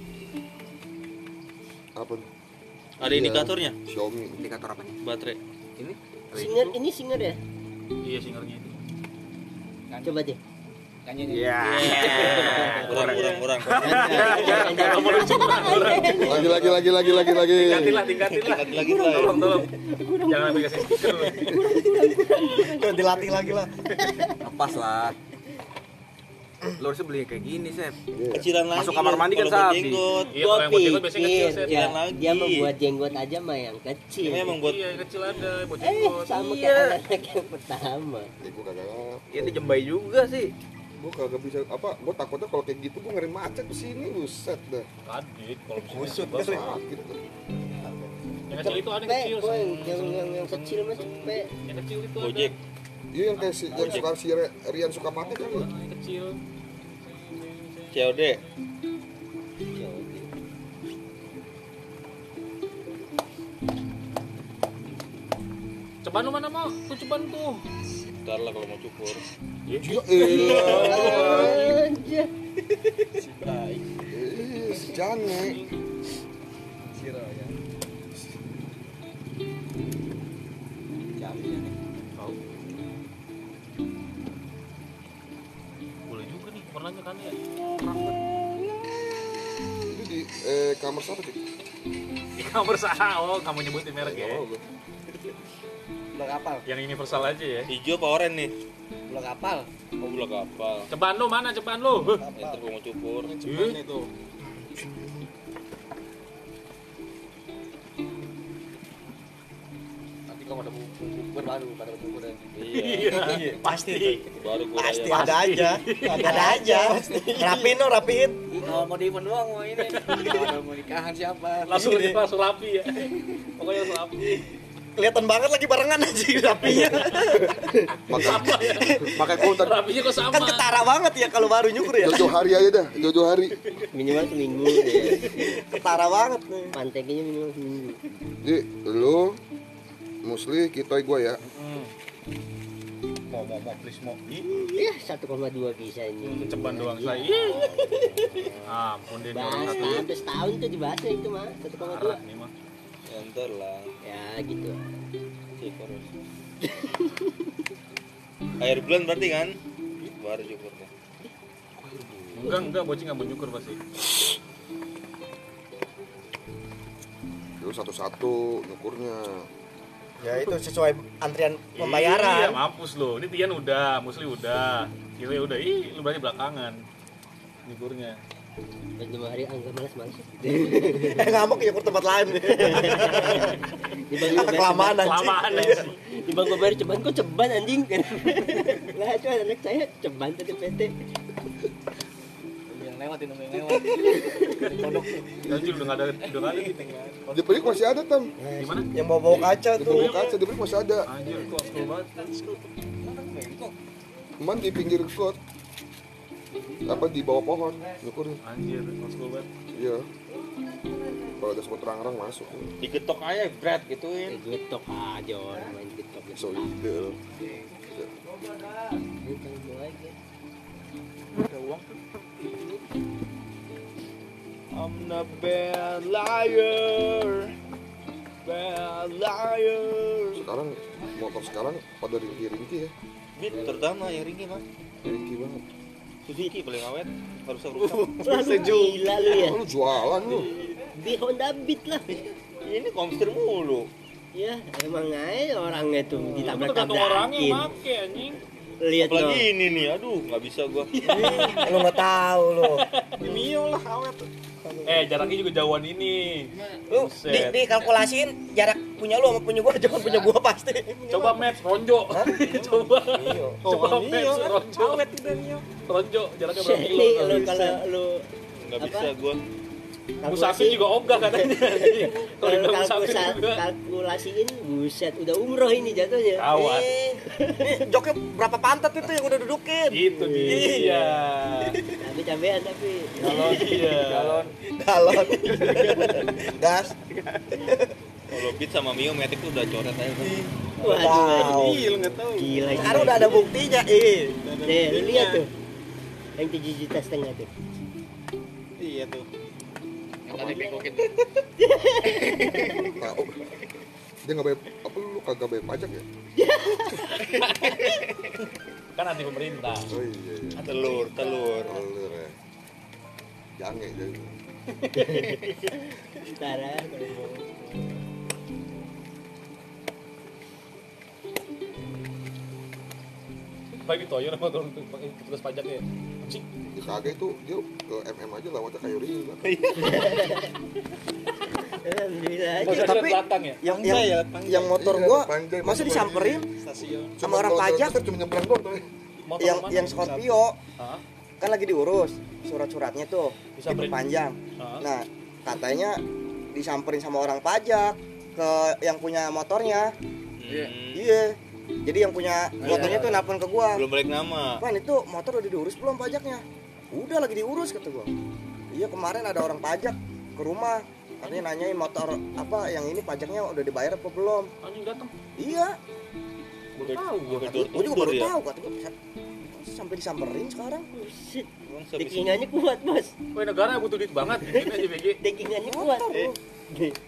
[SPEAKER 6] Apa tuh?
[SPEAKER 4] Ada indikatornya.
[SPEAKER 6] Xiaomi.
[SPEAKER 5] Indikator apa nih?
[SPEAKER 4] Baterai.
[SPEAKER 5] Ini?
[SPEAKER 2] Singer ini singer ya?
[SPEAKER 3] Iya singernya itu.
[SPEAKER 2] Coba deh.
[SPEAKER 8] Nyanyi
[SPEAKER 5] Iya.
[SPEAKER 4] Kurang kurang kurang.
[SPEAKER 2] Jangan jangan
[SPEAKER 6] Lagi lagi lagi lagi lagi lagi.
[SPEAKER 3] Tingkatin lah, tingkatin lah.
[SPEAKER 4] Lagi lagi lah.
[SPEAKER 3] Tolong, tolong. Jangan sampai kasih stiker.
[SPEAKER 7] Tuh dilatih lagi lah.
[SPEAKER 5] Lepas lah. Lu harusnya beli kayak gini, Sep.
[SPEAKER 4] Kecilan lagi.
[SPEAKER 5] Masuk kamar mandi kan
[SPEAKER 4] kalau buat
[SPEAKER 5] sapi.
[SPEAKER 4] jenggot.
[SPEAKER 3] Iya,
[SPEAKER 2] Gua
[SPEAKER 3] kalau yang buat jenggot biasanya kecil,
[SPEAKER 2] pikir
[SPEAKER 3] Sep.
[SPEAKER 2] ya,
[SPEAKER 4] lagi.
[SPEAKER 2] dia membuat jenggot aja mah yang kecil.
[SPEAKER 4] Ini emang buat
[SPEAKER 3] Iya, yang kecil ada buat
[SPEAKER 2] Eh,
[SPEAKER 3] jenggot.
[SPEAKER 2] sama
[SPEAKER 5] Iya.
[SPEAKER 2] kayak anak yang pertama.
[SPEAKER 6] Ya, gue kagak
[SPEAKER 5] Iya itu jembai juga sih.
[SPEAKER 6] gue kagak bisa apa gue takutnya kalau kayak gitu gue ngeri macet ke sini buset dah
[SPEAKER 3] Kadit kalau
[SPEAKER 7] Kusut
[SPEAKER 3] misalnya
[SPEAKER 7] kan.
[SPEAKER 6] sakit tuh.
[SPEAKER 3] yang kecil itu ada yang
[SPEAKER 2] Pe,
[SPEAKER 3] kecil.
[SPEAKER 2] boy, yang yang yang kecil mah cepet.
[SPEAKER 3] Yang kecil itu ada.
[SPEAKER 4] Gojek.
[SPEAKER 6] Iya yang kayak si, yang suka si Re- Rian suka mati kan ya?
[SPEAKER 3] Yang kecil.
[SPEAKER 4] C O D.
[SPEAKER 3] Ceban lu mana mau? Tuh ceban tuh.
[SPEAKER 4] Ntar lah kalau mau cukur.
[SPEAKER 6] Ya elah.
[SPEAKER 2] Aja.
[SPEAKER 6] Eh, si Jane.
[SPEAKER 3] Boleh juga nih warnanya kan ya.
[SPEAKER 6] Itu di eh, kamar siapa sih?
[SPEAKER 3] Di kamar sah. Oh, kamu nyebutin merek ya.
[SPEAKER 6] Oh, gue.
[SPEAKER 7] Blok kapal,
[SPEAKER 3] Yang universal aja ya.
[SPEAKER 4] Hijau apa oranye nih?
[SPEAKER 7] blok kapal.
[SPEAKER 4] Oh blok kapal.
[SPEAKER 3] Ceban lu mana ceban lu?
[SPEAKER 4] Ya, ntar gua mau cukur.
[SPEAKER 3] Ih,
[SPEAKER 8] itu. Nanti kalau ada buku baru pada buku dan
[SPEAKER 4] Iya.
[SPEAKER 7] Pasti.
[SPEAKER 4] Baru gua
[SPEAKER 7] Pasti
[SPEAKER 4] raya.
[SPEAKER 7] ada aja. Ada aja. Rapiin lo, rapiin.
[SPEAKER 8] kalau mau di event doang mau ini. Kalau mau nikahan siapa?
[SPEAKER 3] langsung
[SPEAKER 7] Ini.
[SPEAKER 3] langsung rapi ya. Pokoknya langsung rapi.
[SPEAKER 7] Kelihatan banget lagi barengan aja rapinya.
[SPEAKER 3] Sama ya.
[SPEAKER 6] Makanya gue ntar
[SPEAKER 3] Rapinya kok sama.
[SPEAKER 7] Kan ketara banget ya kalau baru nyukur ya.
[SPEAKER 6] jauh-jauh hari aja dah, jauh-jauh hari.
[SPEAKER 2] Minimal seminggu ya.
[SPEAKER 7] Ketara banget nih.
[SPEAKER 2] Manteknya minimal seminggu.
[SPEAKER 6] Jadi lu Musli, kita gue ya.
[SPEAKER 3] Mau mau mau please mau. Ih,
[SPEAKER 2] Iya, satu koma dua bisa ini.
[SPEAKER 3] ceban doang saya. Ih. Ampun deh ini orang
[SPEAKER 2] Bahas
[SPEAKER 3] satu.
[SPEAKER 2] sampai setahun tuh dibahasnya itu mah satu koma dua.
[SPEAKER 3] Parah nih mah.
[SPEAKER 4] Ya, ntar lah.
[SPEAKER 2] Ya gitu.
[SPEAKER 4] Cik terus. Air bulan berarti kan? Baru cukur deh.
[SPEAKER 3] Enggak enggak bocing enggak mau nyukur pasti.
[SPEAKER 6] Lu satu-satu nyukurnya.
[SPEAKER 7] Ya itu sesuai antrian
[SPEAKER 3] Iya,
[SPEAKER 7] pembayaran.
[SPEAKER 3] mampus lo. Ini Tian udah, Musli udah. Kira udah. Ih, lu berarti belakangan. Nyukurnya.
[SPEAKER 2] Dan lima hari angga malas-malas.
[SPEAKER 7] Eh ngamuk nyukur tempat lain.
[SPEAKER 2] Di bang gua bayar
[SPEAKER 7] Kelamaan anjing.
[SPEAKER 3] Kelamaan aja.
[SPEAKER 2] ceban. Di bang gua bayar ceban kok ceban anjing kan. Lah itu anak saya ceban tadi P T.
[SPEAKER 8] yang lewat itu yang lewat. Kodok.
[SPEAKER 3] Anjir udah enggak ada udah enggak ada gitu.
[SPEAKER 6] Di Perik masih ada tam.
[SPEAKER 3] Gimana?
[SPEAKER 7] Yang bawa-bawa kaca
[SPEAKER 6] Di
[SPEAKER 7] tuh.
[SPEAKER 6] bawah kaca di Perik masih ada.
[SPEAKER 3] Anjir kok slow banget.
[SPEAKER 6] Cuman di pinggir got. Apa di bawah pohon nyukurin.
[SPEAKER 3] Anjir, kok slow banget.
[SPEAKER 6] Iya. Kalau ada semut terang-terang masuk.
[SPEAKER 4] Diketok aja berat gituin.
[SPEAKER 2] Getok aja orang main getok.
[SPEAKER 6] So ide.
[SPEAKER 2] Bukan gua aja.
[SPEAKER 5] Ada uang tuh. I'm not bad liar. Bad liar.
[SPEAKER 6] Sekarang motor sekarang pada ringki-ringki ya.
[SPEAKER 4] Bit terutama yang ringgi mah.
[SPEAKER 6] Ringki banget.
[SPEAKER 4] Suzuki paling awet. Harusnya rusak.
[SPEAKER 2] Gila lu ya.
[SPEAKER 6] Oh, lu jualan lu.
[SPEAKER 2] Di Honda Beat lah.
[SPEAKER 4] Ini komster mulu.
[SPEAKER 2] Ya emang aja orangnya tuh
[SPEAKER 3] Itu tergantung orangnya
[SPEAKER 2] ditabrak-tabrakin.
[SPEAKER 3] make anjing.
[SPEAKER 2] Lihat
[SPEAKER 4] Apalagi
[SPEAKER 2] no.
[SPEAKER 4] ini nih. Aduh, nggak bisa gua.
[SPEAKER 7] Lu nggak tahu lu.
[SPEAKER 3] Mio lah awet. Eh, jaraknya juga jauhan ini.
[SPEAKER 7] Lu di,
[SPEAKER 3] Buset.
[SPEAKER 7] dikalkulasiin jarak punya lu sama punya gua jangan punya gua pasti.
[SPEAKER 3] Coba maps Ronjo. Coba.
[SPEAKER 7] Iya.
[SPEAKER 3] Coba
[SPEAKER 7] Oh,
[SPEAKER 3] maps
[SPEAKER 7] iya kan?
[SPEAKER 3] Ronjo.
[SPEAKER 7] Awet udah nih.
[SPEAKER 3] Ronjo jaraknya berapa kilo?
[SPEAKER 2] Ini lu kalau lu
[SPEAKER 4] Nggak
[SPEAKER 2] Apa?
[SPEAKER 4] bisa gua.
[SPEAKER 3] Musafir juga ogah katanya. Kalau
[SPEAKER 2] kalau
[SPEAKER 3] dibilang musafir
[SPEAKER 2] kalkulasi,
[SPEAKER 3] juga.
[SPEAKER 2] kalkulasiin buset udah umroh ini jatuhnya.
[SPEAKER 3] Kawan.
[SPEAKER 7] Eh, joknya berapa pantat itu yang udah dudukin?
[SPEAKER 3] Itu dia.
[SPEAKER 2] Tapi cabean tapi.
[SPEAKER 3] Kalau dia.
[SPEAKER 8] Galon.
[SPEAKER 7] Galon. Gas.
[SPEAKER 4] Kalau Beat sama Mio Matic tuh udah coret aja kan.
[SPEAKER 2] Waduh,
[SPEAKER 7] Ih,
[SPEAKER 5] lu nggak tahu.
[SPEAKER 2] gila.
[SPEAKER 7] Sekarang udah ada buktinya, eh.
[SPEAKER 2] Nih, lu lihat tuh. Yang tujuh juta setengah tuh.
[SPEAKER 5] Iya tuh.
[SPEAKER 3] Tadi pengokin.
[SPEAKER 6] Nah, oh, dia nggak bayar apa lu kagak bayar pajak ya?
[SPEAKER 3] Kan anti pemerintah.
[SPEAKER 6] Oh iya iya.
[SPEAKER 4] Telur, telur.
[SPEAKER 6] Telur ya. Jangan jadi.
[SPEAKER 2] Setara kalau mau.
[SPEAKER 3] Bagi toyo sama kalau pakai petugas pajaknya. Sih,
[SPEAKER 6] Ya kagak itu dia ke M M aja lewatnya kayu ring kan.
[SPEAKER 2] Alhamdulillah aja.
[SPEAKER 3] maksudnya
[SPEAKER 7] Tapi-
[SPEAKER 3] di belakang ya.
[SPEAKER 7] Yang
[SPEAKER 5] Enggak
[SPEAKER 7] yang,
[SPEAKER 5] ya, panjang.
[SPEAKER 7] yang motor
[SPEAKER 6] Iya,
[SPEAKER 7] gua
[SPEAKER 6] panjang,
[SPEAKER 7] masa
[SPEAKER 6] panjang.
[SPEAKER 7] disamperin
[SPEAKER 5] Stasiun.
[SPEAKER 7] sama orang
[SPEAKER 6] Cuma
[SPEAKER 7] pajak
[SPEAKER 6] kalau cuma nyebrang doang tuh.
[SPEAKER 3] Motor
[SPEAKER 7] yang
[SPEAKER 3] mana?
[SPEAKER 7] yang Scorpio
[SPEAKER 3] Hah?
[SPEAKER 7] kan lagi diurus surat-suratnya tuh
[SPEAKER 3] Disamperin.
[SPEAKER 7] diperpanjang.
[SPEAKER 3] Hah?
[SPEAKER 7] Nah, katanya disamperin sama orang pajak ke yang punya motornya.
[SPEAKER 4] Hmm.
[SPEAKER 7] Iya. Jadi yang punya motornya tuh nelpon ke gua.
[SPEAKER 4] Belum balik nama.
[SPEAKER 7] Man, itu motor udah diurus belum pajaknya? Udah lagi diurus kata gua. Iya, kemarin ada orang pajak ke rumah. Katanya nanyain motor apa yang ini pajaknya udah dibayar apa belum?
[SPEAKER 3] Anjing datang.
[SPEAKER 7] Iya.
[SPEAKER 3] Baru tahu gua.
[SPEAKER 7] Kata gua, gua juga baru
[SPEAKER 4] ya?
[SPEAKER 7] tahu kata gua. Sa- Sampai disamperin sekarang.
[SPEAKER 2] Buset.
[SPEAKER 4] Emang sebisa-
[SPEAKER 2] Dekingannya kuat, Bos.
[SPEAKER 3] Woi, negara butuh duit banget. Ini aja B G.
[SPEAKER 2] Dekingannya kuat.
[SPEAKER 7] Motor lu.